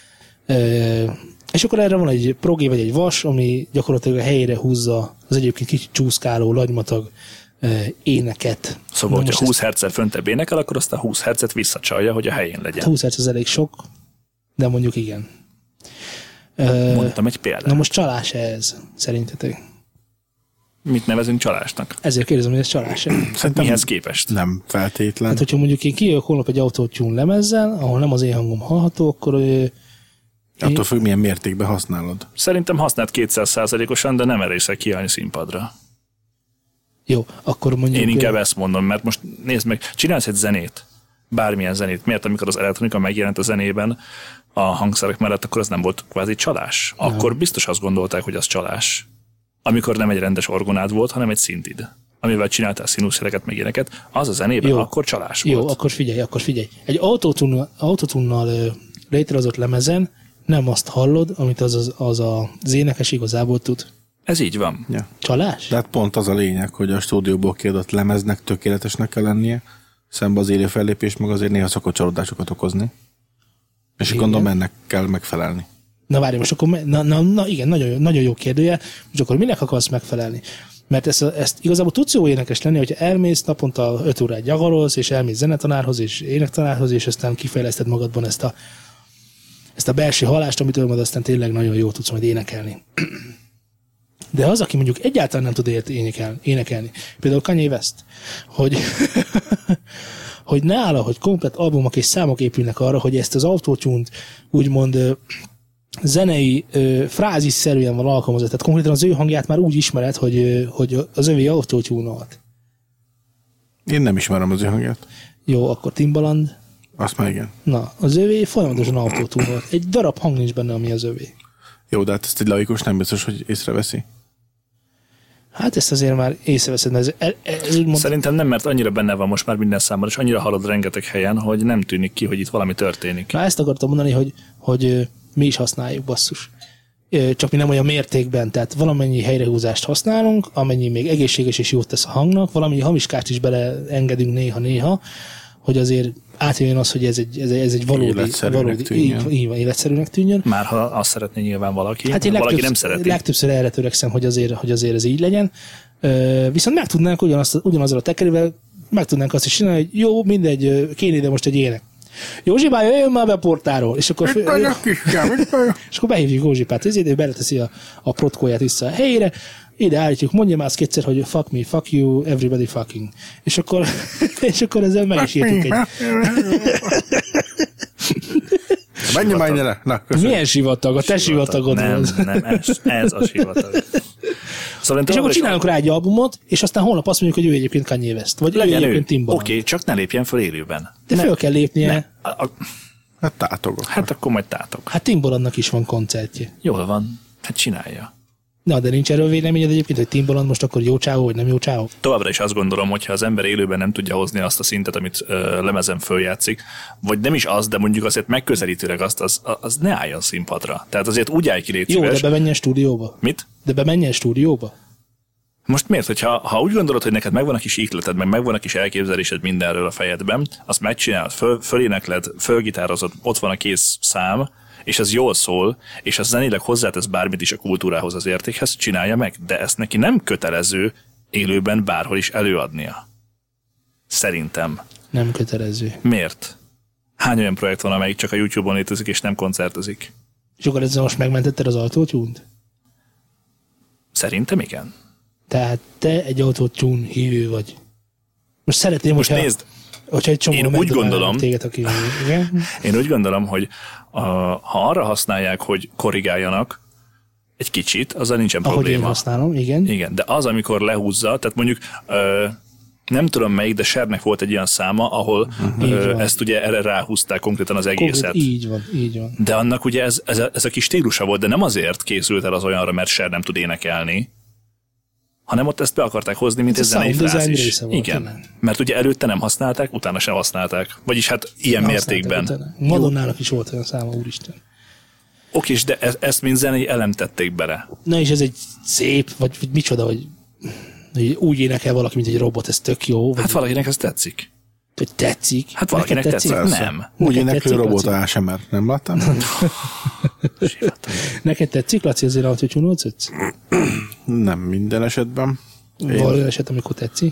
B: És akkor erre van egy progé vagy egy vas, ami gyakorlatilag a helyére húzza az egyébként kicsit csúszkáló, lagymatag éneket.
C: Szóval, hogyha húsz hertzet föntebb énekel, akkor azt a húsz hertzet visszacsalja, hogy a helyén legyen.
B: húsz hertz az elég sok, de mondjuk igen.
C: Mondtam egy példát.
B: Na most csalás ez, szerintetek?
C: Mit nevezünk csalásnak?
B: Ezért kérdezem, hogy ez csalás-e?
C: Hát mihez képest?
D: Nem feltétlen.
B: Hát, hogyha mondjuk én kijövök holnap egy autótune lemezzel, ahol nem az én hangom hallható, akkor...
D: Attól függ, milyen mértékben használod.
C: Szerintem használt kétszáz százalékosan, de nem erészek kiállni színpadra.
B: Jó, akkor mondjuk...
C: Én inkább ezt mondom, mert most nézd meg, csinálsz egy zenét, bármilyen zenét. Miért, amikor az elektronika megjelent a zenében a hangszerek mellett, akkor az nem volt kvázi csalás? Akkor nem. Biztos azt gondolták, hogy az csalás. Amikor nem egy rendes orgonád volt, hanem egy szintid, amivel csináltál színuszjeleket, meg ilyeneket, az a zenében jó. Akkor csalás
B: jó,
C: volt.
B: Jó, akkor figyelj, akkor figyelj. Egy autotunnal létrehozott lemezen nem azt hallod, amit az, az, az az énekes igazából tud.
C: Ez így van.
D: Ja.
B: Csalás?
D: De hát pont az a lényeg, hogy a stúdióból kiadott lemeznek tökéletesnek kell lennie, szemben az élő fellépés meg azért néha szokott csalódásokat okozni. És igen. Gondolom ennek kell megfelelni.
B: Na várj, most akkor, na, na, na igen, nagyon, nagyon jó kérdője, és akkor minek akarsz megfelelni? Mert ezt, ezt igazából tudsz jó énekes lenni, hogyha elmész naponta öt órát gyakorolsz, és elmész zenetanárhoz, és énektanárhoz, és aztán kifejleszted magadban ezt a, ezt a belső hallást, amitől majd aztán tényleg nagyon jól tudsz majd énekelni. De az, aki mondjuk egyáltalán nem tud énekelni, énekelni például Kanye West, hogy, hogy nála, hogy komplet albumok és számok épülnek arra, hogy ezt az autótune-t úgymond zenei frázisszerűen van alkalmazott. Tehát konkrétan az ő hangját már úgy ismered, hogy, hogy az övé autótune-olt.
D: Én nem ismerem az ő hangját.
B: Jó, akkor Timbaland.
D: Azt már igen.
B: Na, az övé folyamatosan autótune-olt. Egy darab hang nincs benne, ami az övé.
D: Jó, de hát ezt egy laikus nem biztos, hogy észreveszi.
B: Hát ezt azért már észreveszed. Ez, ez, ez mond...
C: Szerintem nem, mert annyira benne van most már minden számban, és annyira hallod rengeteg helyen, hogy nem tűnik ki, hogy itt valami történik.
B: Na ezt akartam mondani, hogy, hogy mi is használjuk, basszus. Csak mi nem olyan mértékben, tehát valamennyi helyrehúzást használunk, amennyi még egészséges és jót tesz a hangnak, valamennyi hamiskást is beleengedünk néha-néha, hogy azért átjön az, hogy ez egy, ez egy, ez egy valódi,
D: életszerűnek
B: valódi
D: tűnjön.
B: Így van, életszerűnek tűnjön.
C: Már ha azt szeretné nyilván valaki,
B: hát én
C: valaki
B: legtöbb,
C: nem szereti.
B: Legtöbbször erre törekszem, hogy azért, hogy azért ez így legyen. Viszont meg tudnánk ugyanazt, ugyanazzal a tekerővel, meg tudnánk azt is csinálni, hogy jó, mindegy, kéne ide most egy ének. Józsibá, jöjjön már be a portáról. És akkor, és akkor behívjuk Józsipát, ezért ő beleteszi a, a protkóját vissza a helyére, ide állítjuk, mondja már azt kétszer, hogy fuck me, fuck you, everybody fucking. És akkor, és akkor ezzel meg is írtuk egy...
D: Menj már innen. Na, köszönöm.
B: Milyen sivatag? A te sivatagod
C: Nem,
B: volt.
C: nem, ez, ez a sivatag. Szóval
B: és akkor csinálunk rá egy albumot, és aztán holnap azt mondjuk, hogy ő egyébként Kanye West. Vagy
C: legyen
B: ő egyébként
C: ő.
B: Timbaland.
C: Oké, okay, csak ne lépjen fel élőben.
B: De
C: ne,
B: föl kell lépnie.
C: Ne. A, a,
D: Hát tátogok.
C: hát akkor majd tátok.
B: Hát Timbalandnak is van koncertje.
C: Jól van, hát csinálja.
B: Na, de nincs erről véleményed egyébként, hogy Tim Bolland most akkor jó csávó, vagy nem jó csávó?
C: Továbbra is azt gondolom, hogy ha az ember élőben nem tudja hozni azt a szintet, amit ö, lemezen följátszik, vagy nem is az, de mondjuk azért megközelítőleg azt, az, az ne álljon színpadra. Tehát azért úgy állj ki, légy
B: Jó,
C: szíves.
B: de bemenjen stúdióba.
C: Mit?
B: De bemenjen stúdióba.
C: Most miért, hogyha ha úgy gondolod, hogy neked megvan a kis íkleted, meg megvan a kis elképzelésed mindenről a fejedben, azt megcsinálod, föl, fölénekled, fölgitározod, ott van a kész szám, és ez jól szól, és az zenéleg hozzátesz bármit is a kultúrához, az értékhez, csinálja meg, de ezt neki nem kötelező élőben bárhol is előadnia. Szerintem.
B: Nem kötelező.
C: Miért? Hány olyan projekt van, amelyik csak a YouTube-on létezik, és nem koncertezik?
B: És akkor ezzel most megmentetted az autótyúnt?
C: Szerintem igen.
B: Tehát te egy autótyún hívő vagy. Most szeretném,
C: Most
B: hogyha,
C: nézd,
B: hogyha egy csomó
C: én úgy
B: megdobálnám
C: gondolom-
B: téged, aki... Igen?
C: én úgy gondolom, hogy a, ha arra használják, hogy korrigáljanak egy kicsit, azzal nincsen
B: Ahogy én
C: probléma.
B: használom, igen.
C: Igen, de az, amikor lehúzza, tehát mondjuk ö, nem tudom melyik, de Shernek volt egy ilyen száma, ahol
B: Így
C: ö,
B: van.
C: ezt ugye erre ráhúzták konkrétan az egészet.
B: Konkrét, így van, így van.
C: De annak ugye ez, ez, a, ez a kis stílusa volt, de nem azért készült el az olyanra, mert Sher nem tud énekelni, hanem ott ezt be akarták hozni, mint egy
B: Ez a
C: zenei
B: sound
C: frász
B: design
C: is.
B: része volt,
C: Igen,
B: igen.
C: mert ugye előtte nem használták, utána sem használták. Vagyis hát ilyen mértékben.
B: Utána. Madonnának is volt olyan száma, úristen.
C: Oké, és de e- ezt mint zenei elem tették bele.
B: Na és ez egy szép, vagy, vagy micsoda, hogy, hogy úgy énekel valaki, mint egy robot, ez tök jó. Vagy,
C: Hát valakinek ez tetszik.
B: hogy tetszik.
C: Hát valakinek
B: Neked
C: tetszik.
D: Persze.
C: Nem.
D: Úgy
B: Neked
D: éneklő
B: tetszik,
D: robot
B: Laci?
D: á es em er, nem láttam?
B: Neked tetszik, Laci, azért autótyúnolsz?
D: Nem minden esetben. Én-
B: Van olyan eset, amikor tetszik?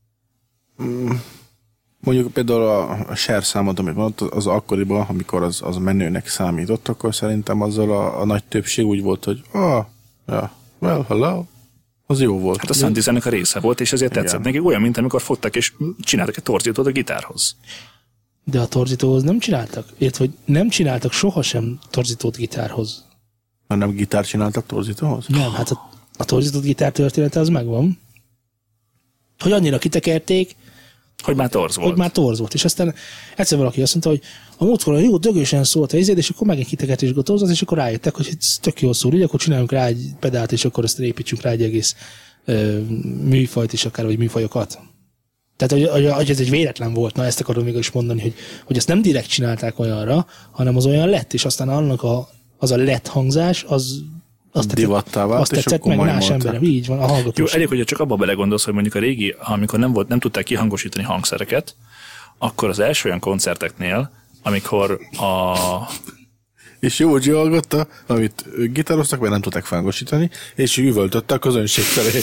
D: Mondjuk például a, a share számot, amit mondott, az akkoriban, amikor az, az menőnek számított, akkor szerintem azzal a, a nagy többség úgy volt, hogy ah, yeah, well, hello, az jó volt.
C: Hát a sound design-nek a része volt, és ezért tetszett
D: Igen.
C: neki, olyan, mint amikor fogtak és csináltak egy torzítót a gitárhoz.
B: De a torzítóhoz nem csináltak? Érted, hogy nem csináltak sohasem torzítót gitárhoz.
D: Már nem gitár csináltak torzítóhoz?
B: Nem, hát a, a torzított gitár története az megvan. Hogy annyira kitekerték,
C: Hogy már torz volt.
B: hogy már torz volt. És aztán egyszer valaki azt mondta, hogy a múltkor jó, dögösen szólt a izéd, és akkor megint kitekertés torzat, és akkor rájöttek, hogy ez tök jól szól, így akkor csináljunk rá egy pedált, és akkor ezt építsünk rá egy egész ö, műfajt is akár, vagy műfajokat. Tehát, hogy, hogy, hogy ez egy véletlen volt, na ezt akarom még is mondani, hogy, hogy ezt nem direkt csinálták olyanra, hanem az olyan lett, és aztán annak a, az a lett hangzás, az azt
D: Divattá vált,
B: azt
D: és
B: tetszett
D: akkor
B: meg
D: majd
B: más
D: mondták.
B: emberem. Így van, a
C: Jó,
B: hallgatós.
C: elég, hogyha csak abba belegondolsz, hogy mondjuk a régi, amikor nem, volt, nem tudták kihangosítani hangszereket, akkor az első olyan koncerteknél, amikor a...
D: És jó, hogy hallgatta, amit ők gitároztak, mert nem tudták felhangosítani, és üvöltötte a közönség felé.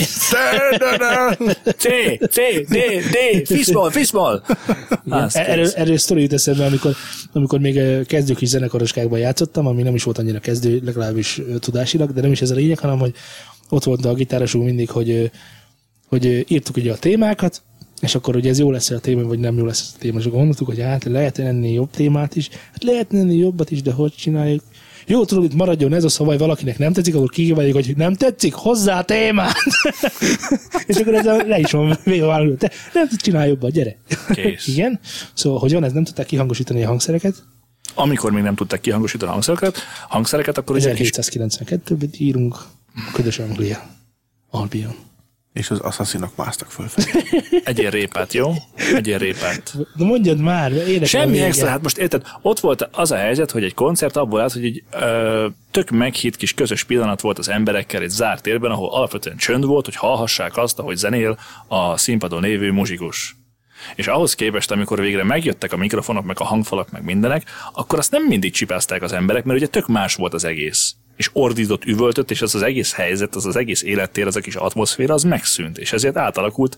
C: C, C, D, D, fiszmol, fiszmol! Azt
B: Erről,
C: kész.
B: erről sztori jut eszembe, amikor, amikor még ö, kezdő kis zenekaroskákban játszottam, ami nem is volt annyira kezdő, legalábbis ö, tudásilag, de nem is ez a lényeg, hanem hogy ott volt a gitárosunk mindig, hogy, ö, hogy ö, írtuk ugye a témákat, és akkor ugye ez jó lesz a téma, vagy nem jó lesz a téma, és akkor gondoltuk, hogy hát lehet ennél jobb témát is, hát lehet ennél jobbat is, de hogy csináljuk? Jó, tudod, itt maradjon ez a szava, valakinek nem tetszik, akkor kikívánjuk, hogy nem tetszik, hozzá a témát! És akkor ezzel le is van végül, te nem tudsz csinálni jobban, gyere!
C: Kész.
B: Igen, szóval, hogy van, ez nem tudták kihangosítani a hangszereket.
C: Amikor még nem tudták kihangosítani a hangszereket, hangszereket akkor ugye egy kis
B: ezerkétszázkilencvenkettőben írunk a ködös Anglia. Albion.
D: És az asszaszinok másztak fölfelé.
C: egyél répát, jó? Egyél répát.
B: De mondjad már, érdekel
C: Semmi
B: a vége.
C: extra, hát most érted, ott volt az a helyzet, hogy egy koncert abból állt, hogy egy ö, tök meghitt kis közös pillanat volt az emberekkel egy zárt térben, ahol alapvetően csönd volt, hogy hallhassák azt, ahogy zenél a színpadon lévő muzsikus. És ahhoz képest, amikor végre megjöttek a mikrofonok, meg a hangfalak, meg mindenek, akkor azt nem mindig csipázták az emberek, mert ugye tök más volt az egész. És ordított, üvöltött, és az az egész helyzet, az az egész élettér, az a kis atmoszféra, az megszűnt. És ezért átalakult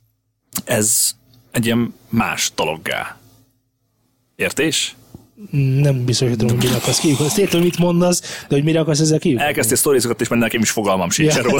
C: ez egy ilyen más dologgá. Értés?
B: Nem biztos, hogy tudom, hogy mire akarsz kívül. Ezt értem, mit mondasz, de hogy mire akarsz ezzel kívül?
C: Elkezdtél sztorizokat, és már nekem is fogalmam sincsen
B: Ja.
C: róla.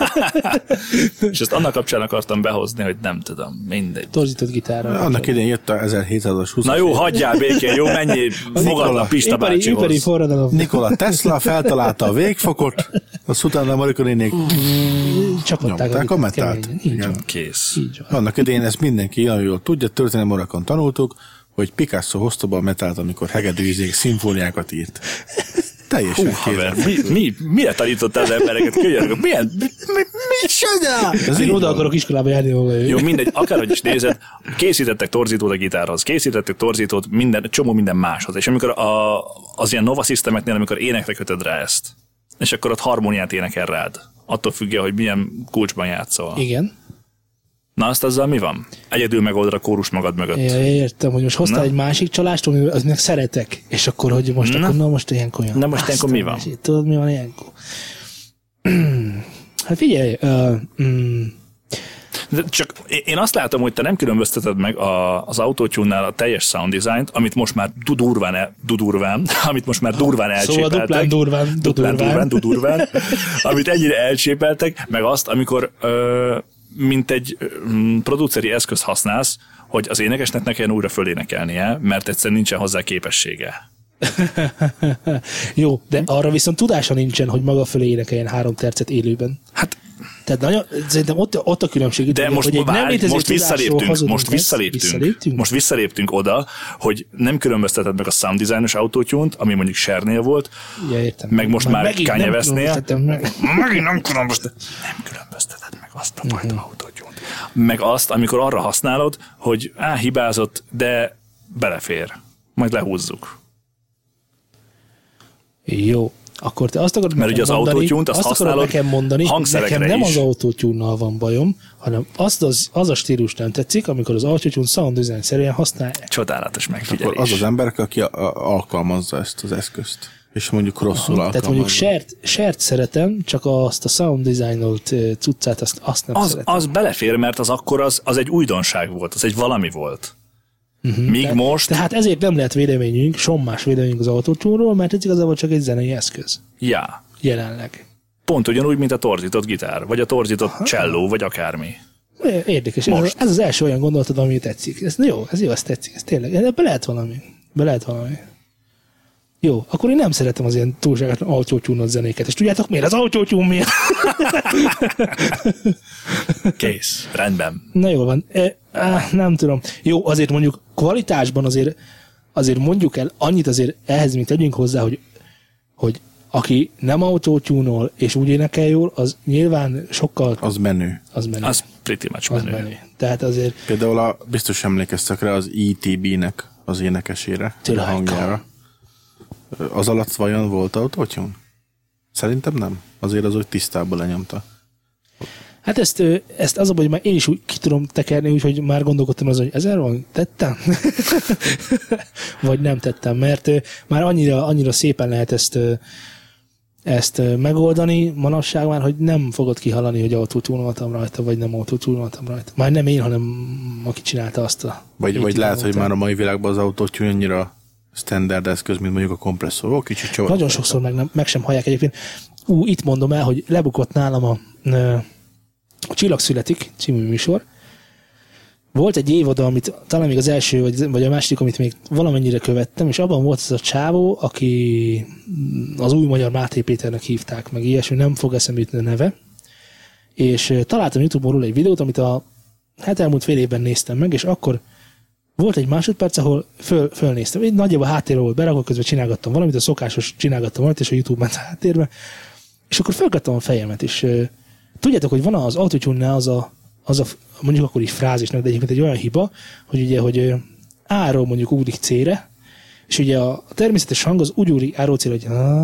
C: És ezt annak kapcsán akartam behozni, hogy nem tudom, mindegy.
B: Torzított gitárral.
D: Annak idején jött a ezerhétszázas húsz.
C: Na jó, hagyjál békén, jó, menjél, fogadla Pista
B: Ipari, ipari
C: bácsihoz.
B: forradalom.
D: Nikola Tesla feltalálta a végfokot, azt utána a Marika nénék
B: Csapották
D: nyomták a
B: gitát
D: metált.
B: keményen. Így
D: Igen.
B: van.
C: Kész.
B: Így van.
D: Annak idején ezt mindenki olyan jól tudja, történelmi órákon tanultuk, hogy Picasso hozta be a metált, amikor hegedűizék szimfóniákat írt. Teljesen
C: Hú, haver, mi, mi, mire tanítottál az embereket? Kölyörgök, milyen? Mi, mi, mi csinál?
B: Én oda akarok iskolába járni, ahol
C: jó, mindegy, akárhogy is nézed, készítettek torzítót a gitárhoz, készítettek torzítót minden, csomó minden máshoz, és amikor a, az ilyen Nova Systemeknél, amikor énekre kötöd rá ezt, és akkor ott harmóniát énekel rád, attól függően, hogy milyen kulcsban játszol.
B: Igen.
C: Na, azt azzal mi van? Egyedül megoldod a kórus magad mögött.
B: Ja, értem, hogy most hoztál na. egy másik csalást, az meg szeretek, és akkor, hogy most, na. akkor na most ilyenkor olyan.
C: Na most ilyenkor mi van?
B: Másik, tudod, mi van ilyenkor? Hát figyelj, uh, mm.
C: De csak én azt látom, hogy te nem különbözteted meg a, az Auto-Tune-nál a teljes sound design-t, amit most már durván, el, dudurván, amit most már durván elcsépeltek.
B: Szóval duplán durván,
C: duplán durván, dudurván, amit ennyire elcsépeltek, meg azt, amikor ö, mint egy produceri eszköz használsz, hogy az énekesnek ne kelljen újra fölénekelnie, mert egyszerűen nincsen hozzá képessége.
B: Jó, de arra viszont tudása nincsen, hogy maga fölé énekeljen három percet élőben.
C: Hát,
B: tehát nagyon, szerintem ott, ott a különbség.
C: De most,
B: hogy
C: várj, most visszaléptünk, most visszaléptünk, visszaléptünk, most visszaléptünk oda, hogy nem különbözteted meg a sound design-os Auto-Tune-t, ami mondjuk Cher-nél volt,
B: ja, értem.
C: meg most már, már Kanye West-nél.
B: Meg.
C: Megint nem különbözteted. Nem különbözteted meg azt a fajta uh-huh. Auto-Tune-t. Meg azt, amikor arra használod, hogy á, hibázott, de belefér. Majd lehúzzuk.
B: Jó. Akkor te azt akarod
C: mert ugye az Auto-Tune-t azt, azt használod
B: nekem mondani, nekem nem
C: is.
B: Az Auto-Tune-nal van bajom, hanem azt az, az a stílus nem tetszik, amikor az Auto-Tune sound design-szerűen használják.
C: Csodálatos megfigyelés.
D: Akkor az az ember, aki a, a, alkalmazza ezt az eszközt, és mondjuk rosszul Aha, alkalmazza.
B: Tehát mondjuk Cher-t, Cher-t szeretem, csak azt a sound design-olt cuccát, azt, azt nem
C: az,
B: szeretem.
C: Az belefér, mert az akkor az, az egy újdonság volt, az egy valami volt. Uh-huh. Míg
B: Te,
C: most...
B: Tehát ezért nem lehet véleményünk, sommás véleményünk az Auto-Tune-ról, mert ez igazából csak egy zenei eszköz.
C: Ja.
B: Jelenleg.
C: Pont ugyanúgy, mint a torzított gitár, vagy a torzított cselló, vagy akármi.
B: Érdekes. Ez, ez az első olyan gondolatod, ami tetszik. Ez jó, ez jó, ez tetszik. Ez tényleg. Ebbe lehet valami. Be lehet valami. Jó, akkor én nem szeretem az ilyen túlságosan Auto-Tune-ot zenéket. És tudjátok miért? Az Auto-Tune miért?
C: Kész. Rendben.
B: Na jó van. E, á, nem tudom. Jó, azért mondjuk kvalitásban azért, azért mondjuk el annyit azért ehhez, mint tegyünk hozzá, hogy, hogy aki nem Auto-Tune-ol és úgy énekel jól, az nyilván sokkal...
D: Az menő.
B: Az menő.
C: Az pretty much
B: az
C: menő.
B: menő. Tehát azért...
D: Például a, biztos emlékeztek rá az í té bé-nek az énekesére, a hangjára. Az alatt vajon volt Auto-Tune? Szerintem nem. Azért az úgy tisztából lenyomta.
B: Hát ezt, ezt az a baj, hogy már én is úgy ki tudom tekerni, úgyhogy már gondolkodtam azon, hogy ezer van, tettem? Vagy nem tettem, mert már annyira, annyira szépen lehet ezt, ezt megoldani manapság már, hogy nem fogod kihalani, hogy Auto-Tune-oltam rajta, vagy nem Auto-Tune-oltam rajta. Már nem én, hanem aki csinálta azt a...
D: Vagy, vagy lehet, hogy már a mai világban az Auto-Tune annyira standard eszköz, mint mondjuk a kompresszor. Ó, kicsit csavar.
B: Nagyon sokszor meg, nem, meg sem hallják egyébként. Ú, itt mondom el, hogy lebukott nálam a, a Csillag születik című műsor. Volt egy évad, amit talán még az első, vagy, vagy a második, amit még valamennyire követtem, és abban volt az a csávó, aki az új magyar Máté Péternek hívták, meg ilyesmi, nem fog eszembe jutni a neve. És találtam YouTube-ról egy videót, amit a hát elmúlt fél évben néztem meg, és akkor volt egy másodperc, ahol föl, fölnéztem. Én nagyjából háttérről volt berakva, közben csinálgattam valamit, a szokásos csinálgattam valamit, és a YouTube ment a háttérbe. És akkor felkattam a fejemet, és uh, tudjátok, hogy van az Auto-Tune-nál az a, az a, mondjuk akkor így frázisnak, de egyébként egy olyan hiba, hogy ugye, hogy uh, A-ról mondjuk ugrik C-re, és ugye a, a természetes hang az úgy ugrik A-ról C-re, hogy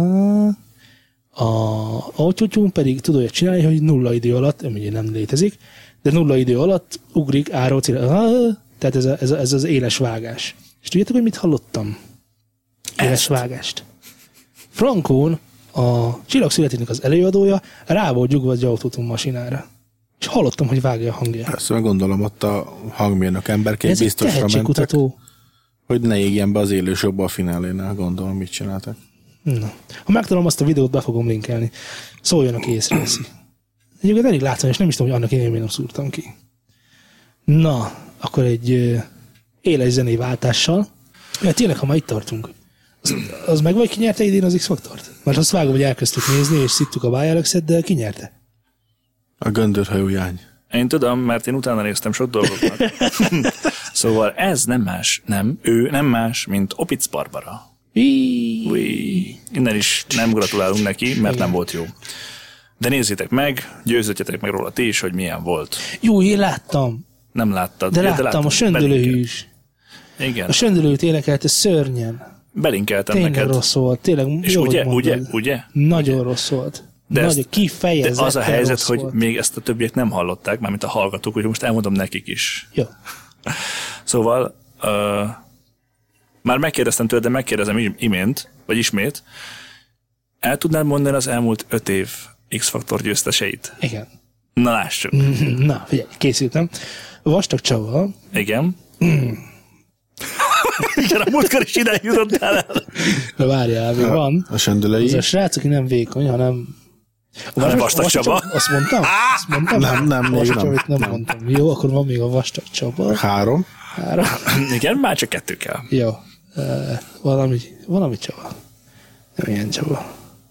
B: a Auto-Tune pedig tudja hogy csinálni, hogy nulla idő alatt, ami ugye nem létezik, de nulla idő alatt ugrik A-ról C-re. Tehát ez, a, ez, a, ez az éles vágás. És tudjátok, hogy mit hallottam? Éles Ezt. vágást. Frankón a Csillag születének az előadója rá volt gyugva egy Auto-Tune masinára. És hallottam, hogy vágja a hangját.
D: Persze, meg gondolom, ott a hangmérnök emberként biztosra mentek, hogy ne égjen be az élősokba a finálénál, gondolom, mit csináltak.
B: Na. Ha megtalálom azt a videót, be fogom linkelni. Szóljon, aki észreveszi. Egyébként elég látszom, és nem is tudom, hogy annak én nem szúrtam ki. Na, akkor egy uh, éles zenei váltással. Mert tényleg, ha már itt tartunk, az, az meg vagy ki nyerte idén az X-Faktort? Mert azt vágom, hogy elkezdtük nézni, és szittuk a Bájelökszet, de ki nyerte?
D: A göndörhajú jány.
C: Én tudom, mert én utána néztem sok dolgoknak. Szóval ez nem más, nem, ő nem más, mint Opitz Barbara. Ui. Innen is nem gratulálunk neki, mert Igen. nem volt jó. De nézzétek meg, győződjetek meg róla ti is, hogy milyen volt.
B: Jó, én láttam.
C: Nem láttad.
B: De láttam, de láttam a söndölőhűs.
C: Igen.
B: A söndölőt énekelte szörnyen.
C: Belinkeltem
B: tényleg
C: neked.
B: Rossz volt. Tényleg,
C: és
B: jó,
C: ugye, ugye, ugye?
B: Nagyon
C: ugye?
B: rossz volt.
C: De,
B: Nagyon
C: ezt,
B: kifejezetten
C: de az a helyzet, hogy
B: volt.
C: még ezt a többiek nem hallották, mármint a hallgatók, hogy most elmondom nekik is.
B: Jó.
C: Szóval uh, már megkérdeztem tőle, de megkérdezem imént, vagy ismét, el tudnád mondani az elmúlt öt év X-faktor győzteseit?
B: Igen.
C: Na lássuk.
B: Na, figyelj, készültem. Vastag Csaba.
C: Igen. Mm. Igen, a múltkor is ide jutottál el.
B: Na várjál, még van.
D: A söndölei.
B: Az a srác, aki nem vékony, hanem...
C: Hanem Vastag Csaba.
B: Azt mondtam? Azt mondtam?
D: Nem, nem, még
B: Vastag
D: nem.
B: Csabát nem
D: nem.
B: mondtam. Jó, akkor van még a Vastag Csaba.
D: Három.
B: Három.
C: Igen, már csak kettő kell.
B: Jó. Uh, valami, valami Csaba. Nem ilyen Csaba.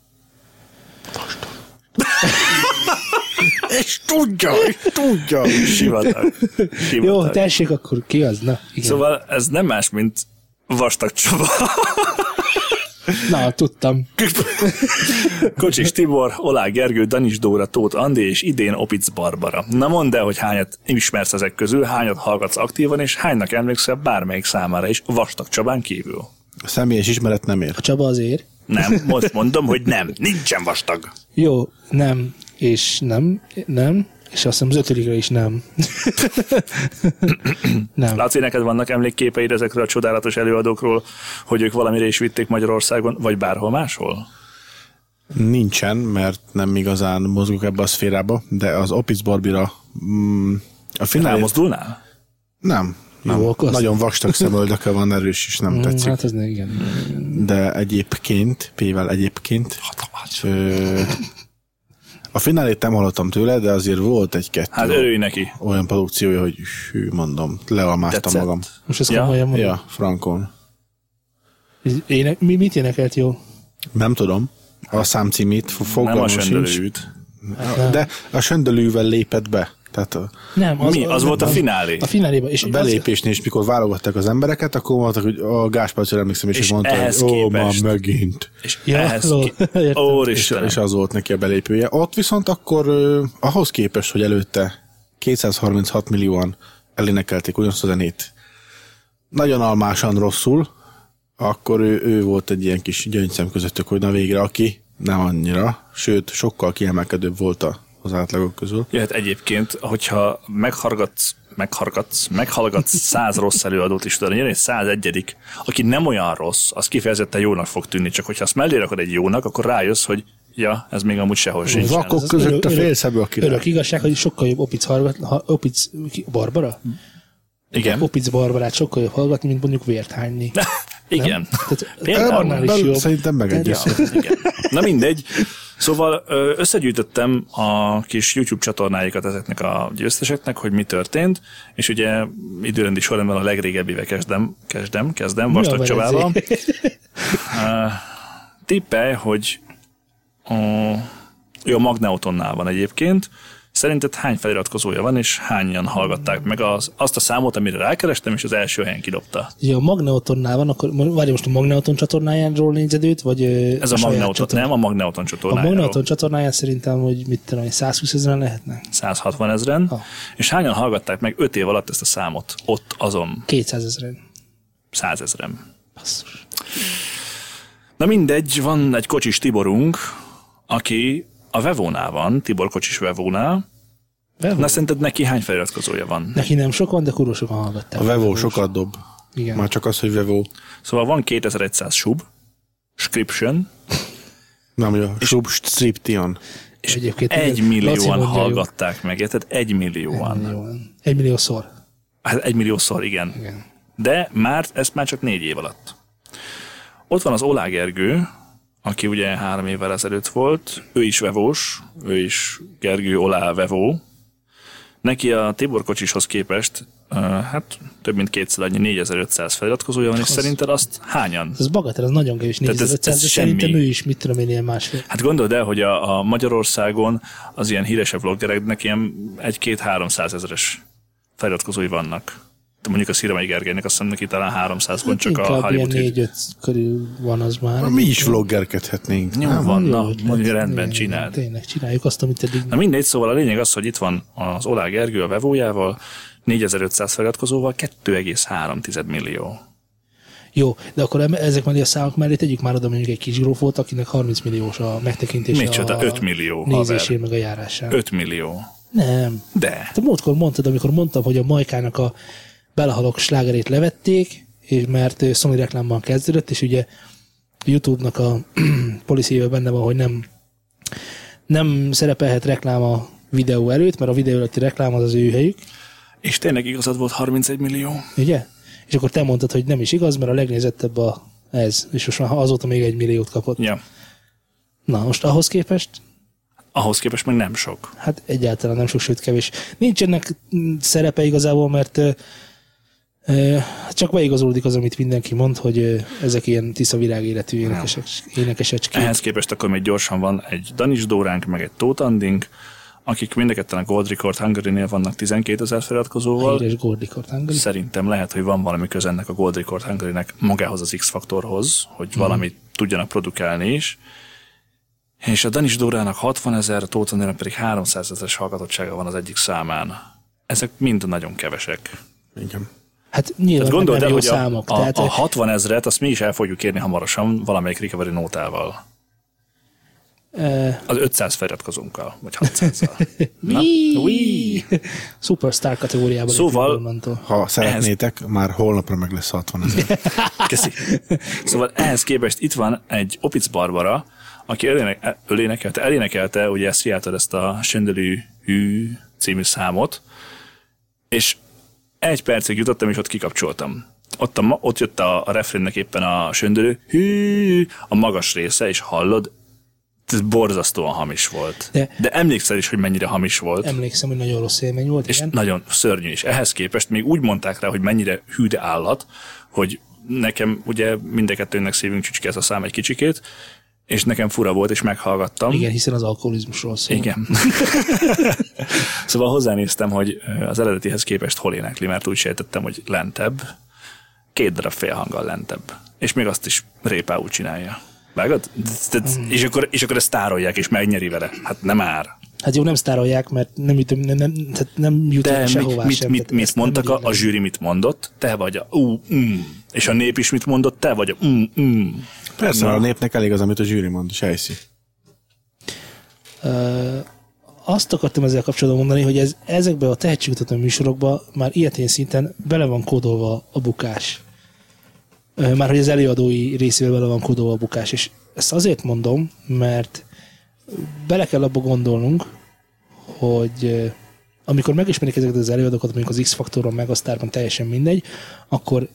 D: És tudja, és tudja.
C: Sivatag. Sivatag.
B: Jó, tessék, akkor ki az? Na, igen.
C: Szóval ez nem más, mint Vastag Csaba.
B: Na, tudtam.
C: Kocsis Tibor, Olá Gergő, Danis Dóra, Tóth Andi és idén Opic Barbara. Na mondd el, hogy hányat ismersz ezek közül, hányat hallgatsz aktívan, és hánynak emlékszel bármelyik számára is Vastag Csabán kívül.
D: A személyes ismeret nem ér.
B: A Csaba azért.
C: Nem, most mondom, hogy nem. Nincsen vastag.
B: Jó, nem, és nem, nem, és azt hiszem az ötödikre is nem. Nem.
C: Laci, neked vannak emlékképeid ezekről a csodálatos előadókról, hogy ők valamire is vitték Magyarországon, vagy bárhol máshol?
D: Nincsen, mert nem igazán mozgok ebbe a szférába, de az Opic Barbira mm, a finálét...
C: Elmozdulnál?
D: Nem. Nem.
B: Jó, akkor
D: Nagyon vastag szemöldöke van, erős is, nem
B: Mm,
D: tetszik.
B: Hát ez nem, igen.
D: De egyébként, P-vel egyébként, ö, a finálét nem hallottam tőle, de azért volt egy-kettő
C: Hát örülj neki.
D: olyan produkciója, hogy hű, mondom, lealmáztam
C: Tetszett.
D: magam.
B: Most ezt
C: Ja.
B: komolyan mondom.
D: Ja, frankon.
B: Éne, mi, mit énekelt jó?
D: Nem tudom. A számcímét
C: Nem a
D: fogalmam sincs.
C: söndölőt.
D: De a söndölővel lépett be. Tehát a
B: Nem,
C: Mi? Az volt a finálé?
B: A fináléban. És
D: a belépésnél is, mikor válogatták az embereket, akkor mondtak, hogy a Gáspárcira emlékszem, és,
C: És
D: és mondta,
C: ehhez
D: hogy ó, már
C: képest-
D: megint.
C: És
B: Ja,
C: ehhez
B: lol.
C: ki...
B: Értem.
C: Ó,
D: És,
C: Istenem.
D: és az volt neki a belépője. Ott viszont akkor ö, ahhoz képest, hogy előtte kétszázharminchat millióan elénekelték ugyanazt a zenét, nagyon almásan rosszul, akkor ő, ő volt egy ilyen kis gyöngyszem közöttök, hogy na végre aki, nem annyira, sőt, sokkal kiemelkedőbb volt a, az átlagok közül.
C: Jöhet egyébként, hogyha meghallgatsz, meghallgatsz, meghallgatsz száz rossz előadót is, tudod, jön egy százegyedik, aki nem olyan rossz, az kifejezetten jónak fog tűnni, csak hogyha azt mellé rakod egy jónak, akkor rájössz, hogy ja, ez még amúgy sehol sincs.
D: Vakok
B: az
D: között a
B: örök-
D: félszebű a király.
B: Örök igazság, hogy sokkal jobb Opic, hallgat, ha, Opic ki- Barbara?
C: Igen.
B: Opic Barbarát sokkal jobb hallgatni, mint mondjuk vért hányni.
C: Igen.
B: Tehát
C: Például
B: annál is
D: Belül
B: jobb.
D: Szerintem megegyezhet.
C: Ja, igen. Na mindegy. Szóval ö, összegyűjtöttem a kis YouTube csatornáikat ezeknek a győzteseknek, hogy mi történt, és ugye időrendi sorrendben a legrégebbivel kezdem, kezdem, kezdem,
B: Mi a
C: Vastag Csabával.
B: verezé?
C: Uh, tippelj, hogy uh, ő a Magneutonnál van egyébként. Szerinted hány feliratkozója van, és hányan hallgatták meg az, azt a számot, amire rákerestem, és az első helyen kidobta.
B: Ja, a Magneutonnál van, akkor várj, most a Magneuton csatornájáról nézed őt, vagy ö,
C: Ez a, a
B: saját
C: Magneuton,
B: csatorn-
C: nem a Magneuton
B: A
C: csatornájáról.
B: Magneuton csatornáján szerintem, hogy mit tudom, százhúsz ezeren lehetnek.
C: száz hatvan ezeren,
B: Ah.
C: és hányan hallgatták meg öt év alatt ezt a számot? Ott azon
B: kétszáz ezeren.
C: száz ezeren.
B: Basszus.
C: Na mindegy, van egy Kocsis Tiborunk, aki a Vevónál van, Tibor Kocsis Vevónál.
B: Vevó.
C: Na szerinted neki hány feliratkozója van?
B: Neki nem sok van, de kurva sokan hallgatták.
D: A Vevo sokat dob.
B: Igen.
D: Már csak az, hogy Vevo.
C: Szóval van kétezer-száz sub, scription,
D: Nem, hogy a Subscription.
C: és
B: Egyébként
C: egy
B: igen, Laci
C: millióan
B: mondja,
C: hallgatták meg, érted? Egy millióan.
B: Millióan. Egy milliószor.
C: Hát egy milliószor, igen.
B: Igen.
C: De már, ezt már csak négy év alatt. Ott van az Olá Gergő, aki ugye három évvel ezelőtt volt, ő is vevós, ő is Gergő Olá vevó. Neki a Tibor Kocsishoz képest uh, hát több mint kétszer annyi négyezer-ötszáz feliratkozója van, és szerinted azt hányan?
B: Ez bagatel, ez nagyon kevés,
C: Tehát ez-
B: négyzezer-ötszáz,
C: ez
B: de
C: semmi.
B: szerintem ő is, mit tudom én, ilyen másfél.
C: Hát gondold el, hogy a, a Magyarországon az ilyen híresebb vloggereknek ilyen egy-két-háromszázezeres feliratkozói vannak. mondjuk a Szirmai Gergelynek, azt hiszem neki talán háromszáz gond, csak a
B: Inkább
C: Hollywood
B: ilyen
C: hit.
B: négy-öt körül van az már.
D: Mi is vloggerkedhetnénk.
C: Jó
D: nem?
C: van,
B: Jó
C: na,
B: ötlet.
C: mondjuk rendben
B: Igen,
C: csináld.
B: Tényleg, csináljuk azt, amit eddig...
C: Na mindegy, szóval a lényeg az, hogy itt van az Olá Gergő a vevójával, négyezer-ötszáz feliratkozóval, két egész három millió.
B: Jó, de akkor em- ezek mellé a számok mellé tegyük már oda mondjuk egy kis grófot, akinek harminc milliós a megtekintése
C: Micsoda,
B: a
C: öt millió,
B: nézésén meg a járásán.
C: öt millió.
B: Nem.
C: De.
B: Te múltkor mondtad, amikor mondtam, hogy a Majkának a Belehalok slágerét levették, és mert ő Sony reklámban kezdődött, és ugye YouTube-nak a policyjében benne van, hogy nem, nem szerepelhet reklám a videó előtt, mert a videó előtti reklám az az ő helyük,
C: És tényleg igazad volt harmincegy millió?
B: ugye? És akkor te mondtad, hogy nem is igaz, mert a legnézettebb a ez, és most már azóta még egy milliót kapott.
C: Ja.
B: Na, most ahhoz képest,
C: Ahhoz képest meg nem sok.
B: hát egyáltalán nem sok, sőt kevés. Nincs ennek mm, szerepe igazából, mert ö, ö, csak beigazolódik az, amit mindenki mond, hogy ö, ezek ilyen tiszta virágéletű énekesek, énekesecskék.
C: Ehhez képest akkor még gyorsan van egy Danis Dóránk, meg egy Tóth Andink, akik mindketten a Gold Record Hungary-nél vannak tizenkétezer feliratkozóval.
B: Híres Gordy Kortángeli.
C: Szerintem lehet, hogy van valami köze ennek a Gold Record Hungary-nek magához az X-faktorhoz, hogy
B: Mhm.
C: valamit tudjanak produkálni is. És a Danis Dórának hatvanezer, a Tóth Andiknak pedig háromszázezeres hallgatottsága van az egyik számán. Ezek mind nagyon kevesek.
D: Igen.
B: Hát nyilván
C: Tehát gondold
B: nem
C: el,
B: jó
C: hogy a,
B: számok.
C: a,
B: tehát,
C: a hatvan ezret, azt mi is el fogjuk érni hamarosan valamelyik recovery nótával.
B: ö,
C: Az ötszáz feliratkozónkkal, vagy hatszázzal. Na?
B: Wii!
C: Wii!
B: Superstar kategóriában.
C: Szóval-
B: lépünk onnantól.
D: Ha szeretnétek, már holnapra meg lesz hatvan ezer.
C: Köszi. Szóval ehhez képest itt van egy Opic Barbara, aki elének, elénekelte, elénekelte ugye Seattle ezt a Söndelű Hű című számot, és egy percig jutottam, és ott kikapcsoltam. Ott, a, ma- ott jött a, a refrénnek éppen a Söndelő Hű, a magas része, és hallod, ez borzasztóan hamis volt. De,
B: De-
C: De emlékszel is, hogy mennyire hamis volt.
B: Emlékszem, hogy nagyon rossz élmény volt,
C: És
B: igen.
C: nagyon szörnyű is. Ehhez képest még úgy mondták rá, hogy mennyire hű de állat, hogy nekem ugye mind a kettőnknek szívünk csücske ez a szám egy kicsikét, és nekem fura volt, és meghallgattam.
B: Igen, hiszen az alkoholizmusról szól.
C: Igen. Szóval hozzánéztem, hogy az eredetihez képest hol énekli, mert úgy sejtettem, hogy lentebb, két darab félhanggal lentebb. És még azt is répául csinálja. Vágod?
B: Hmm.
C: És akkor, és akkor ezt tárolják, és megnyeri vele. Hát nem ár.
B: Hát jó, nem sztárolják, mert nem, jut, nem, nem, tehát nem jut
C: De
B: sehová
C: mit,
B: sem.
C: mit,
B: tehát
C: mit
B: ezt nem
C: mondtak, a,
B: érdemli.
C: a zsűri mit mondott? Te vagy a ú, mm. És a nép is mit mondott? Te vagy a mm, mm.
D: Persze,
C: Na.
D: a népnek elég az, amit a zsűri mond, és elhiszi.
B: Ö, azt akartam ezzel kapcsolatban mondani, hogy ez, ezekben a tehetségkutató műsorokban már ilyetén szinten bele van kódolva a bukás. Ö, Már hogy az előadói részével bele van kódolva a bukás, és ezt azért mondom, mert bele kell abba gondolnunk, hogy ö, amikor megismerik ezeket az előadókat, mondjuk az X-faktoron, meg a Sztárban, teljesen mindegy, akkor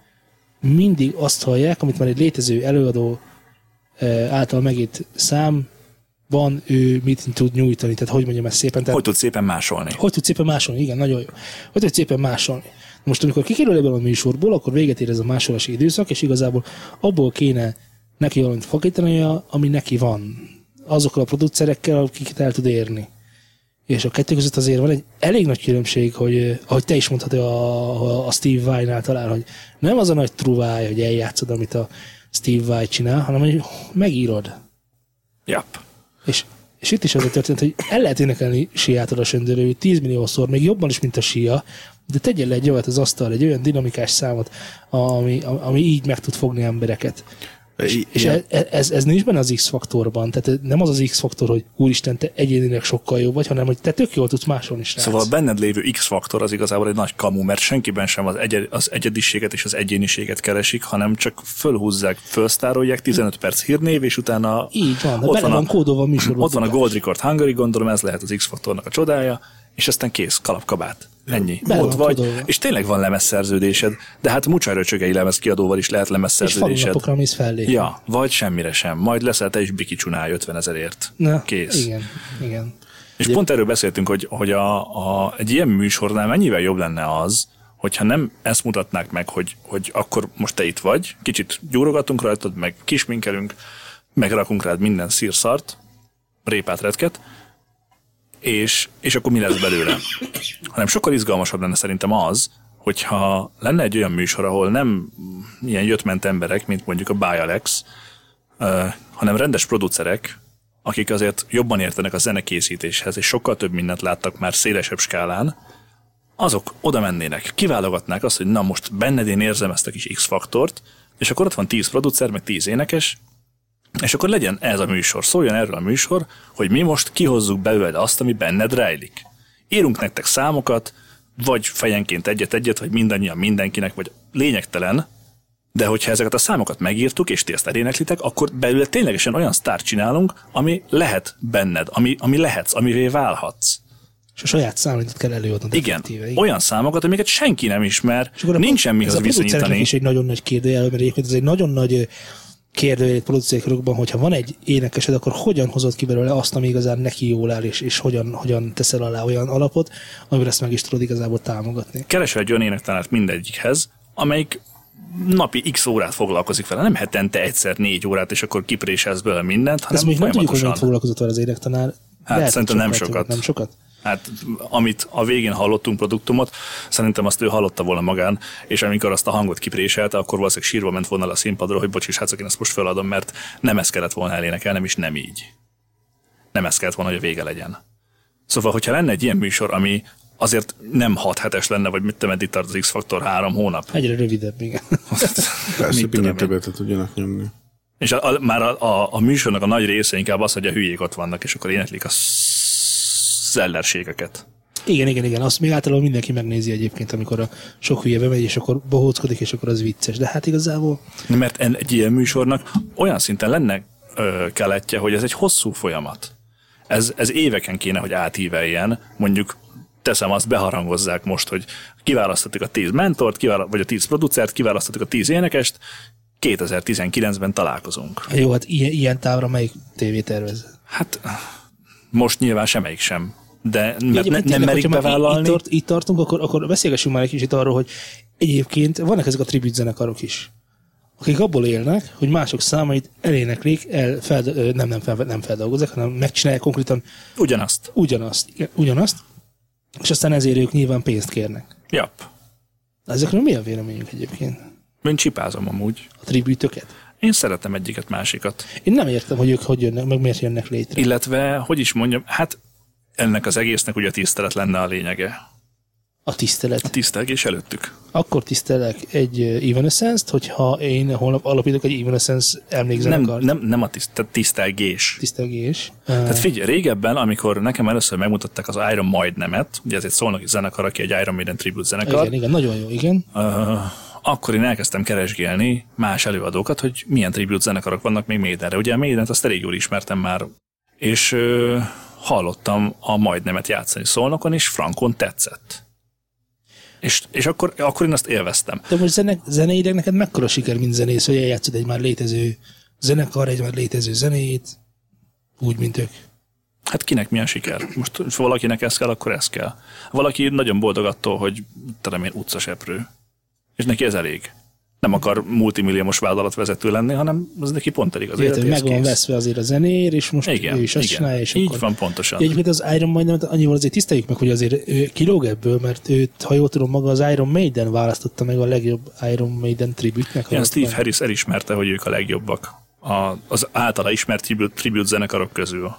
B: mindig azt hallják, amit már egy létező előadó ö, által megírt szám van, ő mit tud nyújtani, tehát hogy mondjam ezt szépen. Tehát,
C: Hogy tudsz szépen másolni?
B: hogy tud szépen másolni, igen, nagyon jó. Hogy tud szépen másolni. Most amikor kikerül ebből a műsorból, akkor véget ér ez a másolási időszak, és igazából abból kéne neki valamit fakítania, ami neki van. Azokkal a producerekkel, akiket el tud érni. És a kettő között azért van egy elég nagy különbség, hogy ahogy te is mondhatod a, a Steve Vai-nál talán, hogy nem az a nagy truváj, hogy eljátszod, amit a Steve Vai csinál, hanem hogy megírod.
C: Jap.
B: És, és itt is az a történet, hogy el lehet énekelni Siától a Söndörő tíz milliószor, még jobban is, mint a Sia, de tegyen le egy olyat az asztal, egy olyan dinamikás számot, ami, ami így meg tud fogni embereket. És, és ez, ez, ez nincs benne az X-faktorban, tehát nem az az X-faktor, hogy úristen, te egyénileg sokkal jobb vagy, hanem hogy te tök jól tudsz másolni, srác.
C: Szóval a benned lévő X-faktor az igazából egy nagy kamu, mert senkiben sem az, egy, az egyediséget és az egyéniséget keresik, hanem csak fölhúzzák, fölsztárolják, tizenöt perc hírnév, és utána
B: Így van, de
C: ott
B: bele
C: van,
B: van
C: a,
B: kódolva a műsorban.
C: ott van a Gold Record Hungary, gondolom ez lehet az X-faktornak a csodája, és aztán kész, kalapkabát. Ennyi.
B: Bele
C: Ott
B: van
C: vagy,
B: kódolva.
C: és tényleg van lemezszerződésed, de hát Mucsáröcsögei lemezkiadóval is lehet
B: és
C: lemezszerződésed.
B: falunapokra mész fellépni.
C: Ja, vagy semmire sem. Majd leszel te is Biki Csunál ötven ezerért.
B: Na,
C: Kész.
B: Igen, igen.
C: És pont erről beszéltünk, hogy, hogy a, a, egy ilyen műsornál mennyivel jobb lenne az, hogyha nem ezt mutatnák meg, hogy, hogy akkor most te itt vagy, kicsit gyúrogatunk rajtad, meg kisminkelünk, meg rakunk rád minden szírszart, répát, retket, és, és akkor mi lesz belőle. Hanem sokkal izgalmasabb lenne szerintem az, hogyha lenne egy olyan műsor, ahol nem ilyen jött-ment emberek, mint mondjuk a Bialex, uh, hanem rendes producerek, akik azért jobban értenek a zenekészítéshez, és sokkal több mindent láttak már szélesebb skálán, azok oda mennének, kiválogatnák azt, hogy na most benned én érzem ezt a kis X-faktort, és akkor ott van tíz producer, meg tíz énekes, és akkor legyen ez a műsor, szóljon erről a műsor, hogy mi most kihozzuk belőled azt, ami benned rejlik. Írunk nektek számokat, vagy fejenként egyet-egyet, vagy mindannyian mindenkinek, vagy lényegtelen, de hogyha ezeket a számokat megírtuk, és ti ezt eléneklitek, akkor belőle ténylegesen olyan sztárt csinálunk, ami lehet benned, ami, ami lehetsz, amivé válhatsz.
B: És a saját számokat kell előadnod.
C: Igen, igen, olyan számokat, amiket senki nem ismer, nincsen mihoz viszonyítani.
B: Ez is egy nagyon nagy kérdőjel, mert egyébként ez egy nagyon nagy kérdőjel producerokban, hogyha van egy énekesed, akkor hogyan hozod ki belőle azt, ami igazán neki jól áll, és, és hogyan, hogyan teszel alá olyan alapot, amire ezt meg is tudod igazából támogatni.
C: Keresel egy olyan énektanát mindegyikhez, amelyik napi x órát foglalkozik vele, nem hetente egyszer négy órát, és akkor kipréselsz belőle mindent, hanem
B: ezt még nem tudjuk, hogy mit foglalkozott vele az énektanár.
C: Hát lehet, szerintem nem sokat.
B: sokat. Nem sokat?
C: Hát amit a végén hallottunk produktumot, szerintem azt ő hallotta volna magán, és amikor azt a hangot kipréselte, akkor valószínűleg sírva ment volna a színpadról, hogy bocsis, hát én ezt most feladom, mert nem ezt kellett volna elénekelnem, és nem így. Nem ezt kellett volna, hogy a vége legyen. Szóval, hogyha lenne egy ilyen műsor, ami azért nem hat hetes lenne, vagy mit te meddig tart az X-faktor három hónap.
B: Egyre rövidebb, igen.
D: Persze, minél többet tudjanak nyomni.
C: És a, a, már a, a, a műsornak a nagy része inkább az, hogy a hülyék ott vannak, és akkor éneklik a szellerségeket.
B: Igen, igen, igen. Azt még általában mindenki megnézi egyébként, amikor a sok hülye bemegy, és akkor bohóckodik, és akkor az vicces. De hát igazából...
C: Mert egy ilyen műsornak olyan szinten lenne ö, keletje, hogy ez egy hosszú folyamat. Ez, ez éveken kéne, hogy átíveljen. Mondjuk teszem azt, beharangozzák most, hogy kiválasztottuk a tíz mentort, kivála- vagy a tíz producert, kiválasztottuk a tíz énekest, kétezer-tizenkilencben találkozunk.
B: Jó, hát ilyen, ilyen távra melyik tévé tervez?
C: Hát most nyilván semmelyik sem. De mert ne, nem merik bevállalni.
B: Itt, tart, itt tartunk, akkor, akkor beszélgessünk már egy kicsit arról, hogy egyébként vannak ezek a tribute zenekarok is, akik abból élnek, hogy mások számait eléneklik, el, fel, nem, nem, fel, nem feldolgozzák, hanem megcsinálják konkrétan
C: ugyanazt.
B: Ugyanazt, igen, ugyanazt, és aztán ezért ők nyilván pénzt kérnek.
C: Japp.
B: Ezekről mi a véleményünk egyébként?
C: Én csipázom amúgy.
B: A tribütöket?
C: Én szeretem egyiket, másikat.
B: Én nem értem, hogy ők hogy jönnek, meg miért jönnek létre.
C: Illetve, hogy is mondjam, hát ennek az egésznek ugye a tisztelet lenne a lényege.
B: A tisztelet.
C: A tisztelgés előttük.
B: Akkor tisztelek egy Evanescence-t, hogyha én holnap alapítok egy Evanescence emlékzenekart.
C: Nem, nem, nem a tiszt, tehát tisztelgés.
B: Tisztelgés.
C: Tehát figyelj, régebben, amikor nekem először megmutatták az Iron Maidenemet, ugye ez egy szolnoki zenekar, aki egy Iron Maiden tribute zenekar.
B: Igen, igen, nagyon jó, igen.
C: Uh, akkor én elkezdtem keresgélni más előadókat, hogy milyen tribute zenekarok vannak még Maidenre. Ugye a Maident azt elég jól ismertem már, és uh, hallottam a Maidenemet játszani Szolnokon, és frankon tetszett. És, és akkor, akkor én azt élveztem.
B: De most zene, zeneileg neked mekkora siker, mint zenész, hogy eljátszod egy már létező zenekar, egy már létező zenéjét, úgy, mint ők?
C: Hát kinek milyen siker? Most ha valakinek ez kell, akkor ez kell. Valaki nagyon boldog attól, hogy tudom én utcaseprő. És neki ez elég. Nem akar multimilliómos vállalatvezető lenni, hanem az neki pont elég az életéhez
B: meg van veszve azért a zenér, és most
C: igen,
B: ő is azt
C: igen.
B: csinálja. És
C: így
B: akkor...
C: van pontosan.
B: Egyébként az Iron Maiden, annyival azért tiszteljük meg, hogy azért ő kilóg ebből, mert őt, ha jól tudom, maga az Iron Maiden választotta meg a legjobb Iron Maiden tribütnek.
C: Igen, Steve van. Harris elismerte, hogy ők a legjobbak a, az általa ismert tribute, tribute zenekarok közül.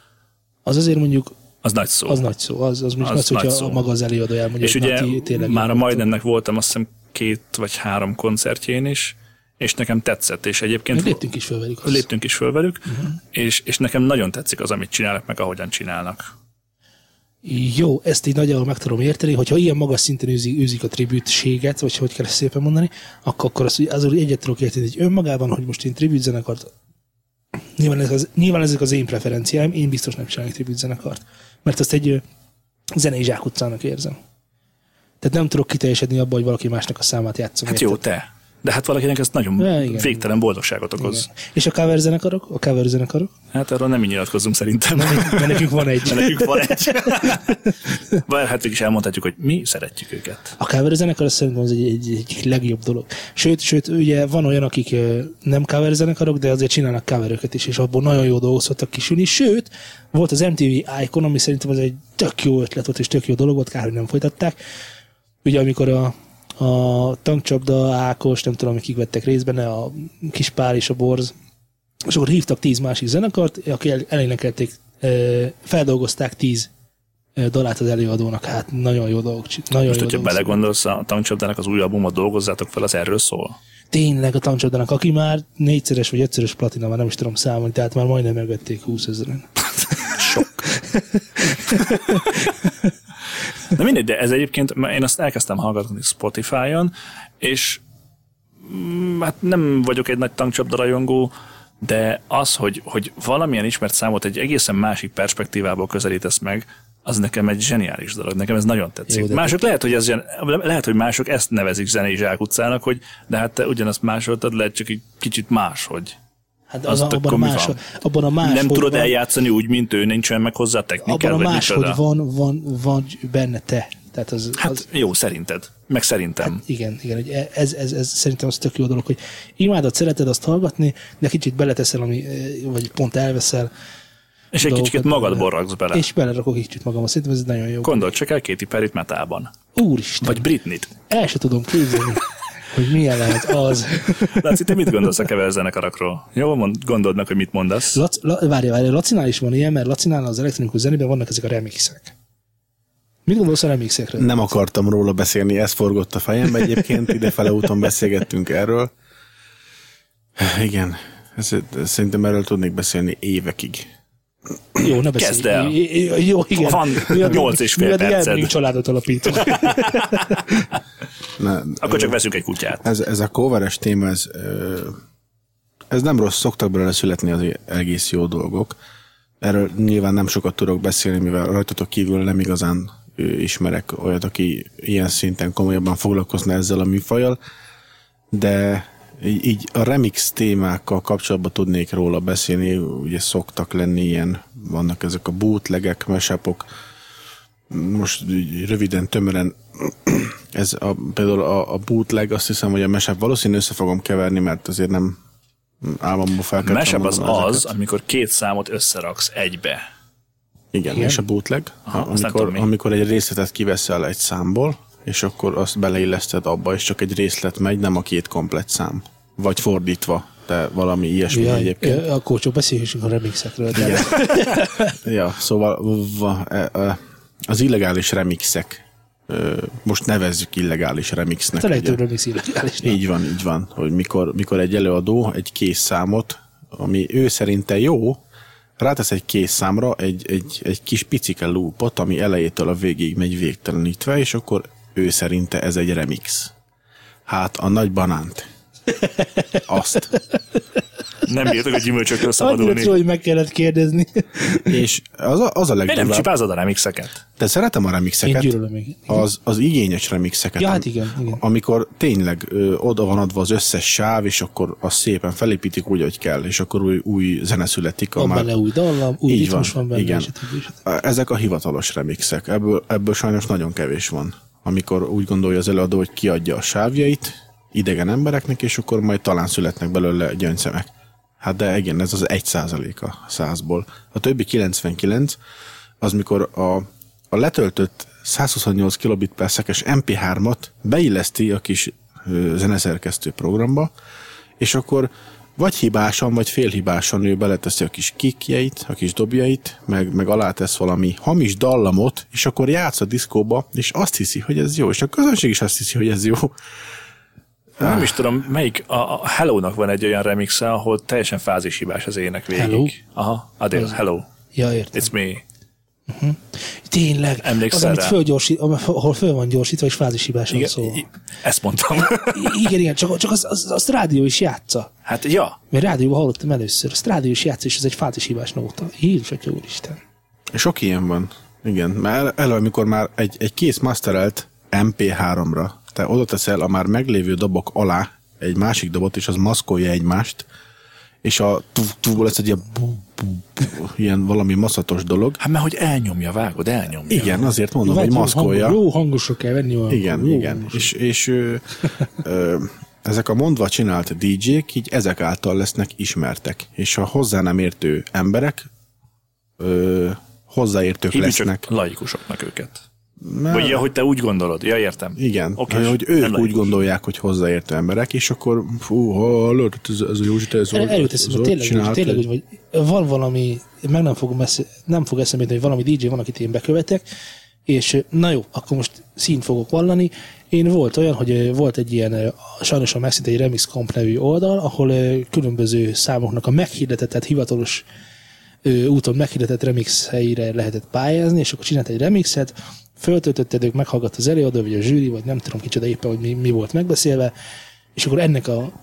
B: Az azért mondjuk
C: az nagy szó.
B: Az nagy szó. Az, az, az nagy szó, hogyha szó. Maga az előadó elmondja.
C: És ugye már a Maidennek voltam azt hiszem két vagy három koncertjén is, és nekem tetszett, és egyébként...
B: Léptünk is föl velük. Az.
C: Léptünk is föl velük, uh-huh. és, és nekem nagyon tetszik az, amit csinálnak, meg ahogyan csinálnak.
B: Jó, ezt így nagyjából meg tudom érteni, hogyha ilyen magas szinten űzik, űzik a tribütséget, vagy hogy kell szépen mondani, akkor, akkor azt, azért egyet tudok érteni, hogy önmagában, hogy most én tribüt zenekart, nyilván, ez az, nyilván ezek az én preferenciáim, én biztos nem csinálok tribüt zenekart, mert azt egy zenei zsákutcának érzem. Tehát nem tudok kiteljesedni abban, hogy valaki másnak a számát játszom.
C: Hát jó, te. De hát valakinek ez nagyon ja, igen, végtelen boldogságot okoz.
B: Igen. És a cover zenekarok? A cover zenekarok?
C: Hát arról nem így nyilatkozzunk szerintem.
B: De nekünk van egy.
C: De nekünk van egy. Vagy hát is elmondhatjuk, hogy mi szeretjük őket.
B: A cover zenekar szerintem az egy, egy, egy legjobb dolog. Sőt, sőt, ugye van olyan, akik nem cover zenekarok, de azért csinálnak coveröket is, és abból nagyon jó dolgok szoktak kisülni. Sőt, volt az em té vé Icon, ami szerintem az egy tök jó ötlet volt, és tök jó dolog volt, kár, hogy nem folytatták. Ugye amikor a a Tankcsapda, Ákos, nem tudom, kik vettek részt benne, a Kispál és a Borz, és akkor hívtak tíz másik zenekart, akik elénekelték, feldolgozták tíz dalát az előadónak. Hát nagyon jó dolgok. Nagyon
C: Most,
B: jó
C: hogyha
B: dolgok.
C: belegondolsz, a Tankcsapdának az új albumot dolgozzátok fel, az erről szól?
B: Tényleg a Tankcsapdának, aki már négyszeres vagy ötszörös platina, már nem is tudom számolni, tehát már majdnem megvették húszezren.
C: Sok. De mindegy, de ez egyébként, én azt elkezdtem hallgatni Spotify-on, és hát nem vagyok egy nagy Tankcsapda rajongó, de az, hogy, hogy valamilyen ismert számot egy egészen másik perspektívából közelítesz meg, az nekem egy zseniális dolog. Nekem ez nagyon tetszik. Jó, mások lehet, hogy ez lehet, hogy mások ezt nevezik zenei zsákutcának, hogy de hát te ugyanazt másoltad, lehet csak egy kicsit máshogy.
B: Hát az, az abban, a más, abban a más,
C: nem tudod
B: van,
C: eljátszani úgy, mint ő, nincsen meg hozzá a technikál,
B: abban a más, hogy van, van, van benne te. Tehát az,
C: hát
B: az,
C: jó, szerinted. Meg szerintem.
B: Hát igen, igen, ez, ez, ez szerintem az tök jó dolog, hogy imádod, szereted azt hallgatni, de kicsit beleteszel, ami, vagy pont elveszel.
C: És egy kicsit magadból raksz bele.
B: És belerakok egy kicsit magam, szerintem ez nagyon jó.
C: Gondold csak el Katy Perryt metálban.
B: Úristen.
C: Vagy Britneyt.
B: El se tudom képzelni, hogy milyen lehet az.
C: Laci, te mit gondolsz a kever zenekarakról? Jó, mond, gondold meg, hogy mit mondasz.
B: Lac, la, várj, várj, Lacinál is van ilyen, mert Lacinál az elektronikus zenében vannak ezek a remixek. Mit gondolsz a remixekről?
D: Nem akartam róla beszélni, ez forgott a fejembe egyébként, idefele úton beszélgettünk erről. Igen, ez, szerintem erről tudnék beszélni évekig.
B: Jó, ne beszélj.
C: Kezd el.
B: Jó, igen.
C: Van nyolc és fél perced.
B: Mi családot alapítunk.
D: Na,
C: Akkor csak veszünk egy kutyát.
D: Ez, ez a coveres téma, ez, ez nem rossz, szoktak belőle születni az egész jó dolgok. Erről nyilván nem sokat tudok beszélni, mivel rajtatok kívül nem igazán ismerek olyat, aki ilyen szinten komolyabban foglalkozna ezzel a műfajjal, de így a remix témákkal kapcsolatban tudnék róla beszélni, ugye szoktak lenni ilyen, vannak ezek a bootlegek, mashupok, most röviden, tömören, ez a, például a, a bootleg, azt hiszem, hogy a mashup valószínűleg össze fogom keverni, mert azért nem álmomból felkeltem.
C: Mashup az
D: ezeket.
C: az, amikor két számot összeraksz egybe.
D: Igen, Igen. És a bootleg, Aha, amikor, amikor egy részletet kiveszel egy számból, és akkor azt beleilleszted abba, és csak egy részlet megy, nem a két komplett szám. Vagy fordítva, de valami ilyesmi
B: ja,
D: egyébként.
B: Akkor csak beszélhessünk a remixekről. De...
D: ja, szóval az illegális remixek, most nevezzük illegális remixnek.
B: A legtöbb remix illegális.
D: Így van, így van, hogy mikor, mikor egy előadó egy kész számot, ami ő szerinte jó, rátesz egy kész számra egy, egy, egy kis picike loopot, ami elejétől a végig megy végtelenítve, és akkor ő szerinte ez egy remix. Hát a nagy banánt. Azt.
C: Nem bírtok a gyümölcsöktől szabadulni.
B: Annyira, hogy meg kellett kérdezni.
D: És az a, az a legdurvább.
C: Miért nem csipázod a remixeket?
D: De szeretem a remixeket.
B: Én gyűlölöm még.
D: Az, az igényes remixeket.
B: Ja, hát igen, igen.
D: Amikor tényleg ö, oda van adva az összes sáv, és akkor azt szépen felépítik úgy, hogy kell, és akkor új, új zene születik.
B: Van
D: már...
B: bele új dallam, új ritmus van, van benne.
D: Igen.
B: És és
D: ezek a hivatalos remixek. Ebből, ebből sajnos nagyon kevés van. Amikor úgy gondolja az előadó, hogy kiadja a sávjait idegen embereknek, és akkor majd talán születnek belőle gyöngyszemek. Hát de igen, ez az egy százalék a százból. A többi kilencvenkilenc, az mikor a, a letöltött százhuszonnyolc kilobit per szekes em pé hármat beilleszti a kis ö, zeneszerkesztő programba, és akkor vagy hibásan, vagy félhibásan ő beleteszi a kis kickjeit, a kis dobjait, meg, meg alátesz valami hamis dallamot, és akkor játsz a diszkóba, és azt hiszi, hogy ez jó, és a közönség is azt hiszi, hogy ez jó.
C: Nem ah. is tudom, melyik, a, a Hello-nak van egy olyan remixe, ahol teljesen fázishibás az ének végig.
B: Hello?
C: Aha, Adele, Hello.
B: Ja, értem.
C: It's me.
B: Uh-huh. Tényleg,
C: emlékszel
B: az, amit fölgyorsít, ahol föl van gyorsítva, és fázishibás van szó.
C: Ezt mondtam.
B: Igen, igen, csak, csak azt az, az rádió is játsza.
C: Hát, ja.
B: Mert rádióban hallottam először, azt rádió is játsza, és ez egy fázishibás nóta. Jézus, atya úristen.
D: Sok ilyen van. Igen, mert elő, amikor már egy, egy kész masterelt em pé háromra, te oda teszel a már meglévő dobok alá egy másik dobot, és az maszkolja egymást, és a túlból lesz egy ilyen, ilyen valami maszatos dolog.
C: Hát mert hogy elnyomja, vágod, elnyomja.
D: Igen, azért mondom,
B: Vagy
D: hogy maszkolja.
B: Hang, jó hangosra kell venni. Olyan
D: igen,
B: jó
D: igen. És, és ö, ö, ezek a mondva csinált dé jék így ezek által lesznek ismertek. És a hozzá nem értő emberek ö, hozzáértők
C: Hívjuk
D: lesznek.
C: csak laikusoknak őket. Vagy ja, hogy te úgy gondolod. Ja, értem.
D: Igen,
C: okay,
D: hogy ők úgy gondolják, hogy hozzáértő emberek, és akkor fú, hallod, ez, ez a Józsi, te ez
B: Eljut eszembe, tényleg, tényleg úgy, hogy van valami, meg nem, fogom esze, nem fog eszembe jutni, hogy valami dé dzsé van, akit én bekövetek, és na jó, akkor most színt fogok vallani. Én volt olyan, hogy volt egy ilyen, sajnos a megszint egy Remix Comp nevű oldal, ahol különböző számoknak a meghirdetett, tehát hivatalos úton meghirdetett remix helyére lehetett pályázni, és akkor csinált egy remixet, föltöltötted, ők meghallgatta az előadó, vagy a zsűri, vagy nem tudom kicsoda éppen, hogy mi, mi volt megbeszélve, és akkor ennek a,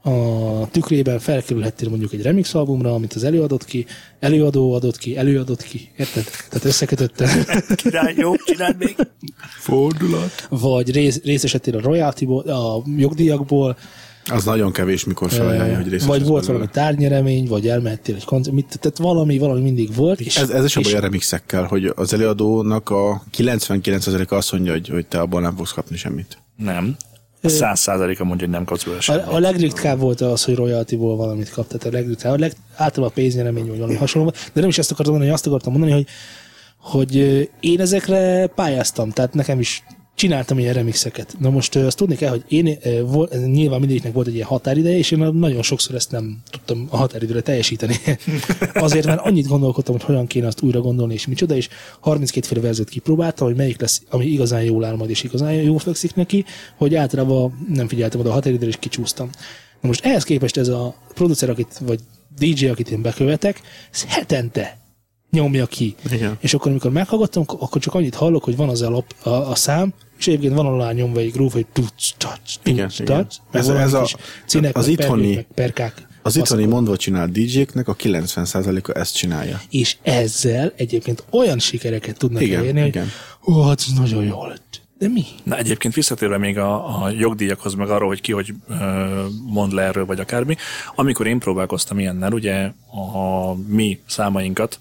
B: a tükrében felkerülhettél mondjuk egy remix albumra, amit az előadott ki, előadó adott ki, előadott ki, érted? Tehát összekötöttem.
C: Király, jó, csináld még.
D: Fordulat.
B: Vagy rész, részesedtél a royalty-ból, a jogdíjakból.
D: Az nagyon kevés, mikor felajánlja, hogy részes.
B: Vagy volt valami tárnyeremény, vagy elmehettél egy koncert, tehát valami, valami mindig volt.
D: És ez, ez is a baj a remixekkel, hogy az előadónak a kilencvenkilenc százaléka azt mondja, hogy, hogy te abból nem fogsz kapni semmit.
C: Nem. száz százaléka mondja, hogy nem kapsz vele semmit.
B: A, a legritkább volt az, hogy royalty-ból valamit kap, tehát a legritkább, a leg, általában a pénznyeremény, vagy valami hasonló, de nem is ezt akartam mondani, azt akartam mondani, hogy, hogy én ezekre pályáztam, tehát nekem is csináltam ilyen remixeket. Na most azt tudni kell, hogy én volt, nyilván mindegyiknek volt egy ilyen határideje, és én nagyon sokszor ezt nem tudtam a határidőre teljesíteni. Azért, mert annyit gondolkodtam, hogy hogyan kéne azt újra gondolni, és micsoda, és harminckétféle verziót kipróbáltam, hogy melyik lesz, ami igazán jól áll majd, és igazán jól fekszik neki, hogy általában nem figyeltem oda a határidőre, és kicsúsztam. Na most ehhez képest ez a producer, akit, vagy dé dzsé, akit én bekövetek, ez hetente nyomja ki.
D: Igen.
B: És akkor, amikor meghallgattam, akkor csak annyit hallok, hogy van az a, lap, a, a szám, és egyébként van alá nyomva egy groove, hogy tuc, tac, tuc, tac,
D: ez, ez a,
B: cinek,
D: az itthoni,
B: meg perkák.
D: az itthoni mondva csinált dé dzséknek a kilencven százaléka ezt csinálja.
B: És ezzel egyébként olyan sikereket tudnak
D: igen,
B: elérni, hogy ó, hát ez nagyon jó lett. De mi?
C: Na egyébként visszatérve még a, a jogdíjakhoz, meg arról, hogy ki hogy ö, mond le erről, vagy akármi. Amikor én próbálkoztam ilyennel, ugye a mi számainkat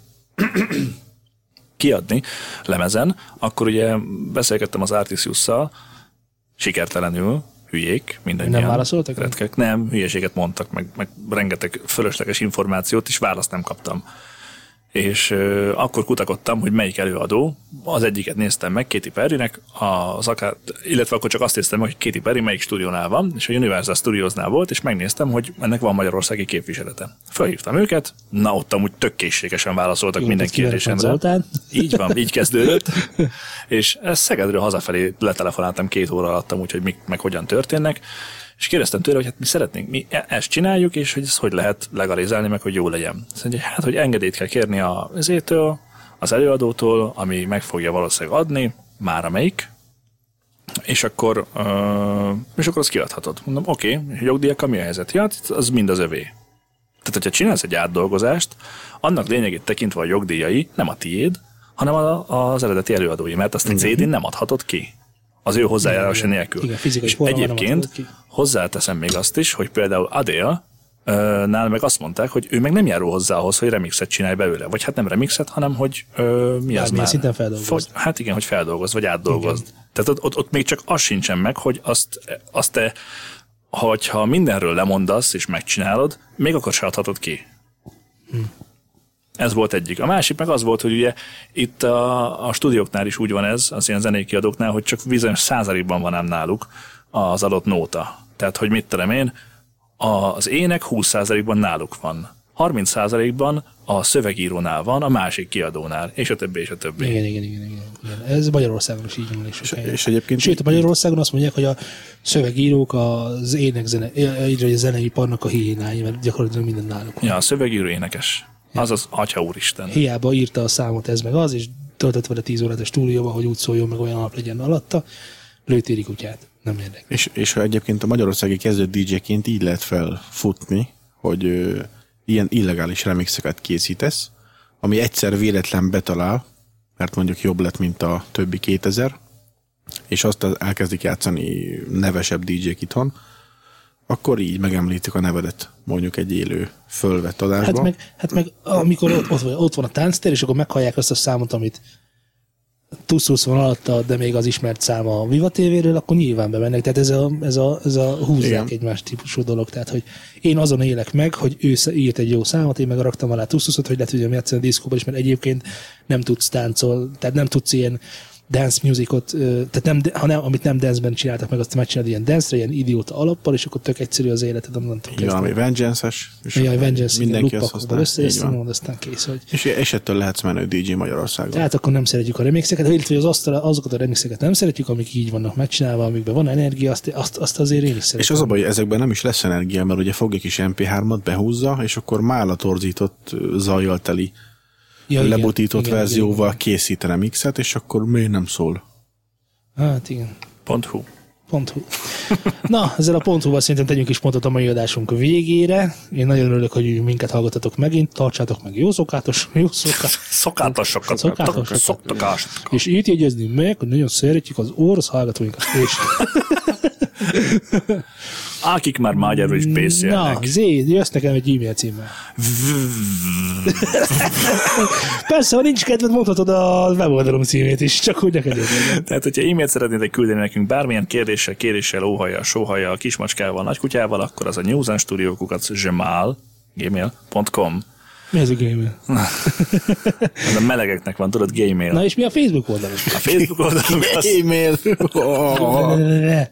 C: kiadni lemezen, akkor ugye beszélgettem az Artisiusszal, sikertelenül, hülyék, mindannyian.
B: Nem válaszoltak?
C: Retkek, nem, hülyeséget mondtak, meg, meg rengeteg fölösleges információt, és választ nem kaptam. És euh, akkor kutakodtam, hogy melyik előadó, az egyiket néztem meg, Katy Perrynek, az akár, illetve akkor csak azt néztem meg, hogy Katy Perry melyik stúdiónál van, és a Universal Studiosnál volt, és megnéztem, hogy ennek van magyarországi képviselete. Felhívtam őket, na ott amúgy tök készségesen válaszoltak jó, minden kérdésemre. Így van, így kezdődött. És Szegedről hazafelé letelefonáltam két óra alatt, úgyhogy mik, meg hogyan történnek. És kérdeztem tőle, hogy hát mi szeretnénk, mi ezt csináljuk, és hogy ezt hogy lehet legalizálni, meg hogy jó legyen. Azt mondja, hát, hogy engedélyt kell kérni azétől, az előadótól, ami meg fogja valószínűleg adni, már amelyik, és akkor, uh, és akkor azt kiadhatod. Mondom, oké, okay, jogdíjakkal mi a helyzet? Ja, az mind az övé. Tehát, hogyha csinálsz egy átdolgozást, annak lényegét tekintve a jogdíjai nem a tiéd, hanem a, az eredeti előadói, mert azt a cé dén nem adhatod ki. Az ő hozzájárása nélkül.
B: Igen,
C: és egyébként hozzáteszem még azt is, hogy például Adele ö, nál meg azt mondták, hogy ő meg nem járul hozzá ahhoz, hogy remixet csinálj belőle. Vagy hát nem remixet, hanem hogy ö, mi az már?
B: Szinten feldolgozd.
C: Hát igen, hogy feldolgozd, vagy átdolgozd. Igen. Tehát ott, ott, ott még csak az sincsen meg, hogy azt, azt te, hogyha mindenről lemondasz és megcsinálod, még akkor se adhatod ki. Hm. Ez volt egyik. A másik meg az volt, hogy ugye itt a, a stúdióknál is úgy van ez, az ilyen zenei kiadóknál, hogy csak bizonyos százalékban van ám náluk az adott nóta. Tehát, hogy mit tudom én, az ének húsz százalékban náluk van. harminc százalékban a szövegírónál van, a másik kiadónál, és a többi, és a többi.
B: Igen, igen, igen. igen, igen. Ez Magyarországon is így van. És,
D: és egyébként...
B: Sőt, a Magyarországon azt mondják, hogy a szövegírók az énekzene, a zeneiparnak a hiénái, mert gyakorlatilag minden náluk van.
C: Ja, a szövegíró énekes. Az az Atya Úristen.
B: Hiába írta a számot ez meg az, és töltött vele tíz órát a stúdióba, hogy úgy szóljon, meg olyan alap legyen alatta, lőtéri kutyát. Nem érdekel.
D: És, és ha egyébként a magyarországi kezdő dé dzséként így lehet felfutni, hogy ö, ilyen illegális remixeket készítesz, ami egyszer véletlen betalál, mert mondjuk jobb lett, mint a többi kétezer, és azt elkezdik játszani nevesebb dé dzsék itthon, akkor így megemlítik a nevedet mondjuk egy élő fölvett adásban.
B: Hát meg, hát meg amikor ott, ott, ott van a tánctér, és akkor meghallják azt a számot, amit tusz van alatta, de még az ismert szám a Viva té véről, akkor nyilván bemennek. Tehát ez a, ez a, ez a húzzák igen. egymás típusú dolog. Tehát, hogy én azon élek meg, hogy ő írt egy jó számot, én meg raktam alá tusztuszot, hogy le tudjam játszani a diszkóban is, mert egyébként nem tudsz táncol, tehát nem tudsz ilyen dance musicot, tehát nem, hanem, amit nem dance-ben csináltak meg, azt megcsinálod ilyen dance-re, ilyen idióta alappal, és akkor tök egyszerű az életed, onnantól
D: kezdve. Valami Vengeance-es.
B: Ja, Vengeance,
D: mindenki azt
B: használ. Össze-össze, aztán kész. Hogy...
D: És, és ettől lehetsz menő dé dzsé Magyarországon.
B: Tehát akkor nem szeretjük a remixeket, illetve az asztal, azokat a remixeket nem szeretjük, amik így vannak megcsinálva, amikben van energia, azt, azt, azt azért én is szeretem.
D: És az a baj, hogy ezekben nem is lesz energia, mert ugye fog egy kis em pé hármat, behúzza, és akkor mála torzított, zajjal teli, ja, lebutított igen, verzióval igen, igen. készít remixet, és akkor miért nem szól?
B: Hát igen.
C: Pont hu.
B: Pont hu. Na, ezzel a pont hu-val szerintem tegyünk is pontot a mai adásunk végére. Én nagyon örülök, hogy minket hallgatatok megint. Tartsátok meg jó szokátos, jó szokátos.
C: Szokátosokat.
B: Szokátosokat.
C: Szokátosokat.
B: És itt jegyezni meg, hogy nagyon szeretjük az orosz hallgatóinkat. És...
C: Akik már magyarul is beszélnek.
B: Na, Zé, jössz nekem egy e-mail címmel. Persze, ha nincs kedved, mondhatod a weboldalom címét is, csak úgy neked jön.
C: Tehát, hogyha e-mailt szeretnétek küldeni nekünk bármilyen kérdéssel, kéréssel, óhajjal, sóhajjal, kismacskával, nagykutyával, akkor az a newsandstudio kukac gmail pont com.
B: Mi ez a gmail?
C: Ez a melegeknek van, tudod, gmail.
B: Na és mi a Facebook oldalunk?
C: A Facebook oldalunk az...
D: Gmail.
B: Ne,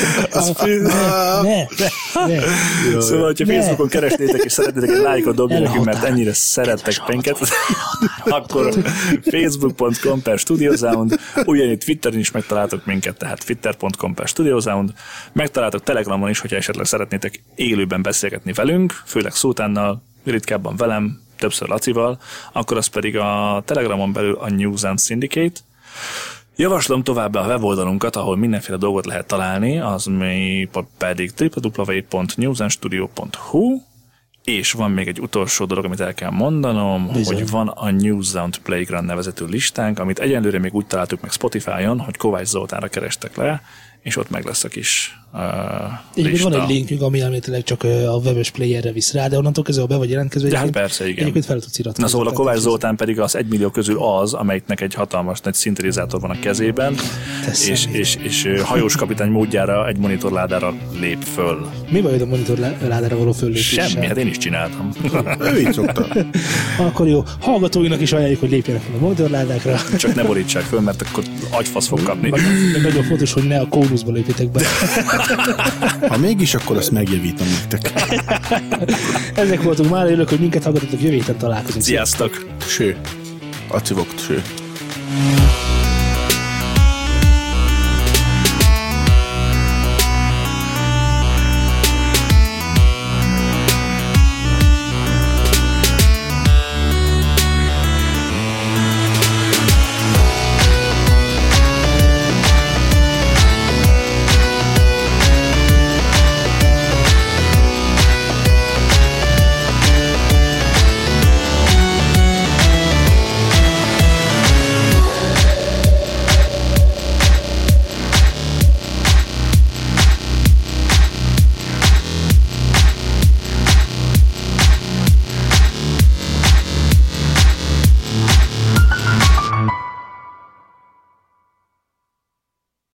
B: ne, ne.
C: Szóval, hogyha Facebookon keresnétek és szeretnétek egy lájkot dobni nekünk, mert ennyire szerettek minket, akkor facebook pont com per studiosound, ugyanígy Twitteren is megtaláltok minket, tehát twitter pont com per studiosound, megtaláltok Telegramon is, hogyha esetleg szeretnétek élőben beszélgetni velünk, főleg Szótánnal, ritkábban velem, többször Lacival, akkor az pedig a Telegramon belül a News and Syndicate. Javaslom továbbá a weboldalunkat, ahol mindenféle dolgot lehet találni, az mi pedig double-u double-u double-u pont newsandstudio pont hu, és van még egy utolsó dolog, amit el kell mondanom, Bizony. hogy van a Newsound Playground nevezetű listánk, amit egyenlőre még úgy találtuk meg Spotify-on, hogy Kovács Zoltánra kerestek le, és ott meg lesz a kis uh, lista.
B: Van egy linkünk, ami említileg csak a webes playerre visz rá, de onnantól kezdve, ha be vagy jelentkezve,
C: de hát persze, igen.
B: Egyébként fel tudsz iratkozni.
C: Na szóval a Kovács Zoltán pedig az egymillió közül az, amelyiknek egy hatalmas nagy szintetizátor van a kezében, és, és, és hajós kapitány módjára egy monitorládára lép föl.
B: Mi bajod a monitorládára való föllépéssel?
C: Semmi, hát én is csináltam.
D: Ő így szokta.
B: Akkor jó, hallgatóinak is ajánljuk, hogy lépjenek fel a monitorládákra.
C: Csak ne borítsák föl, mert akkor agyfasz fog kapni.
B: Meg nagyon fontos, hogy ne a kónuszba lépjetek be.
D: Ha mégis, akkor azt megjavítom nektek.
B: Ezek voltunk már, örülök, hogy minket hallgatotok, jövő héten találkozunk.
C: Sziasztok!
D: Ső. Acivokt, ső.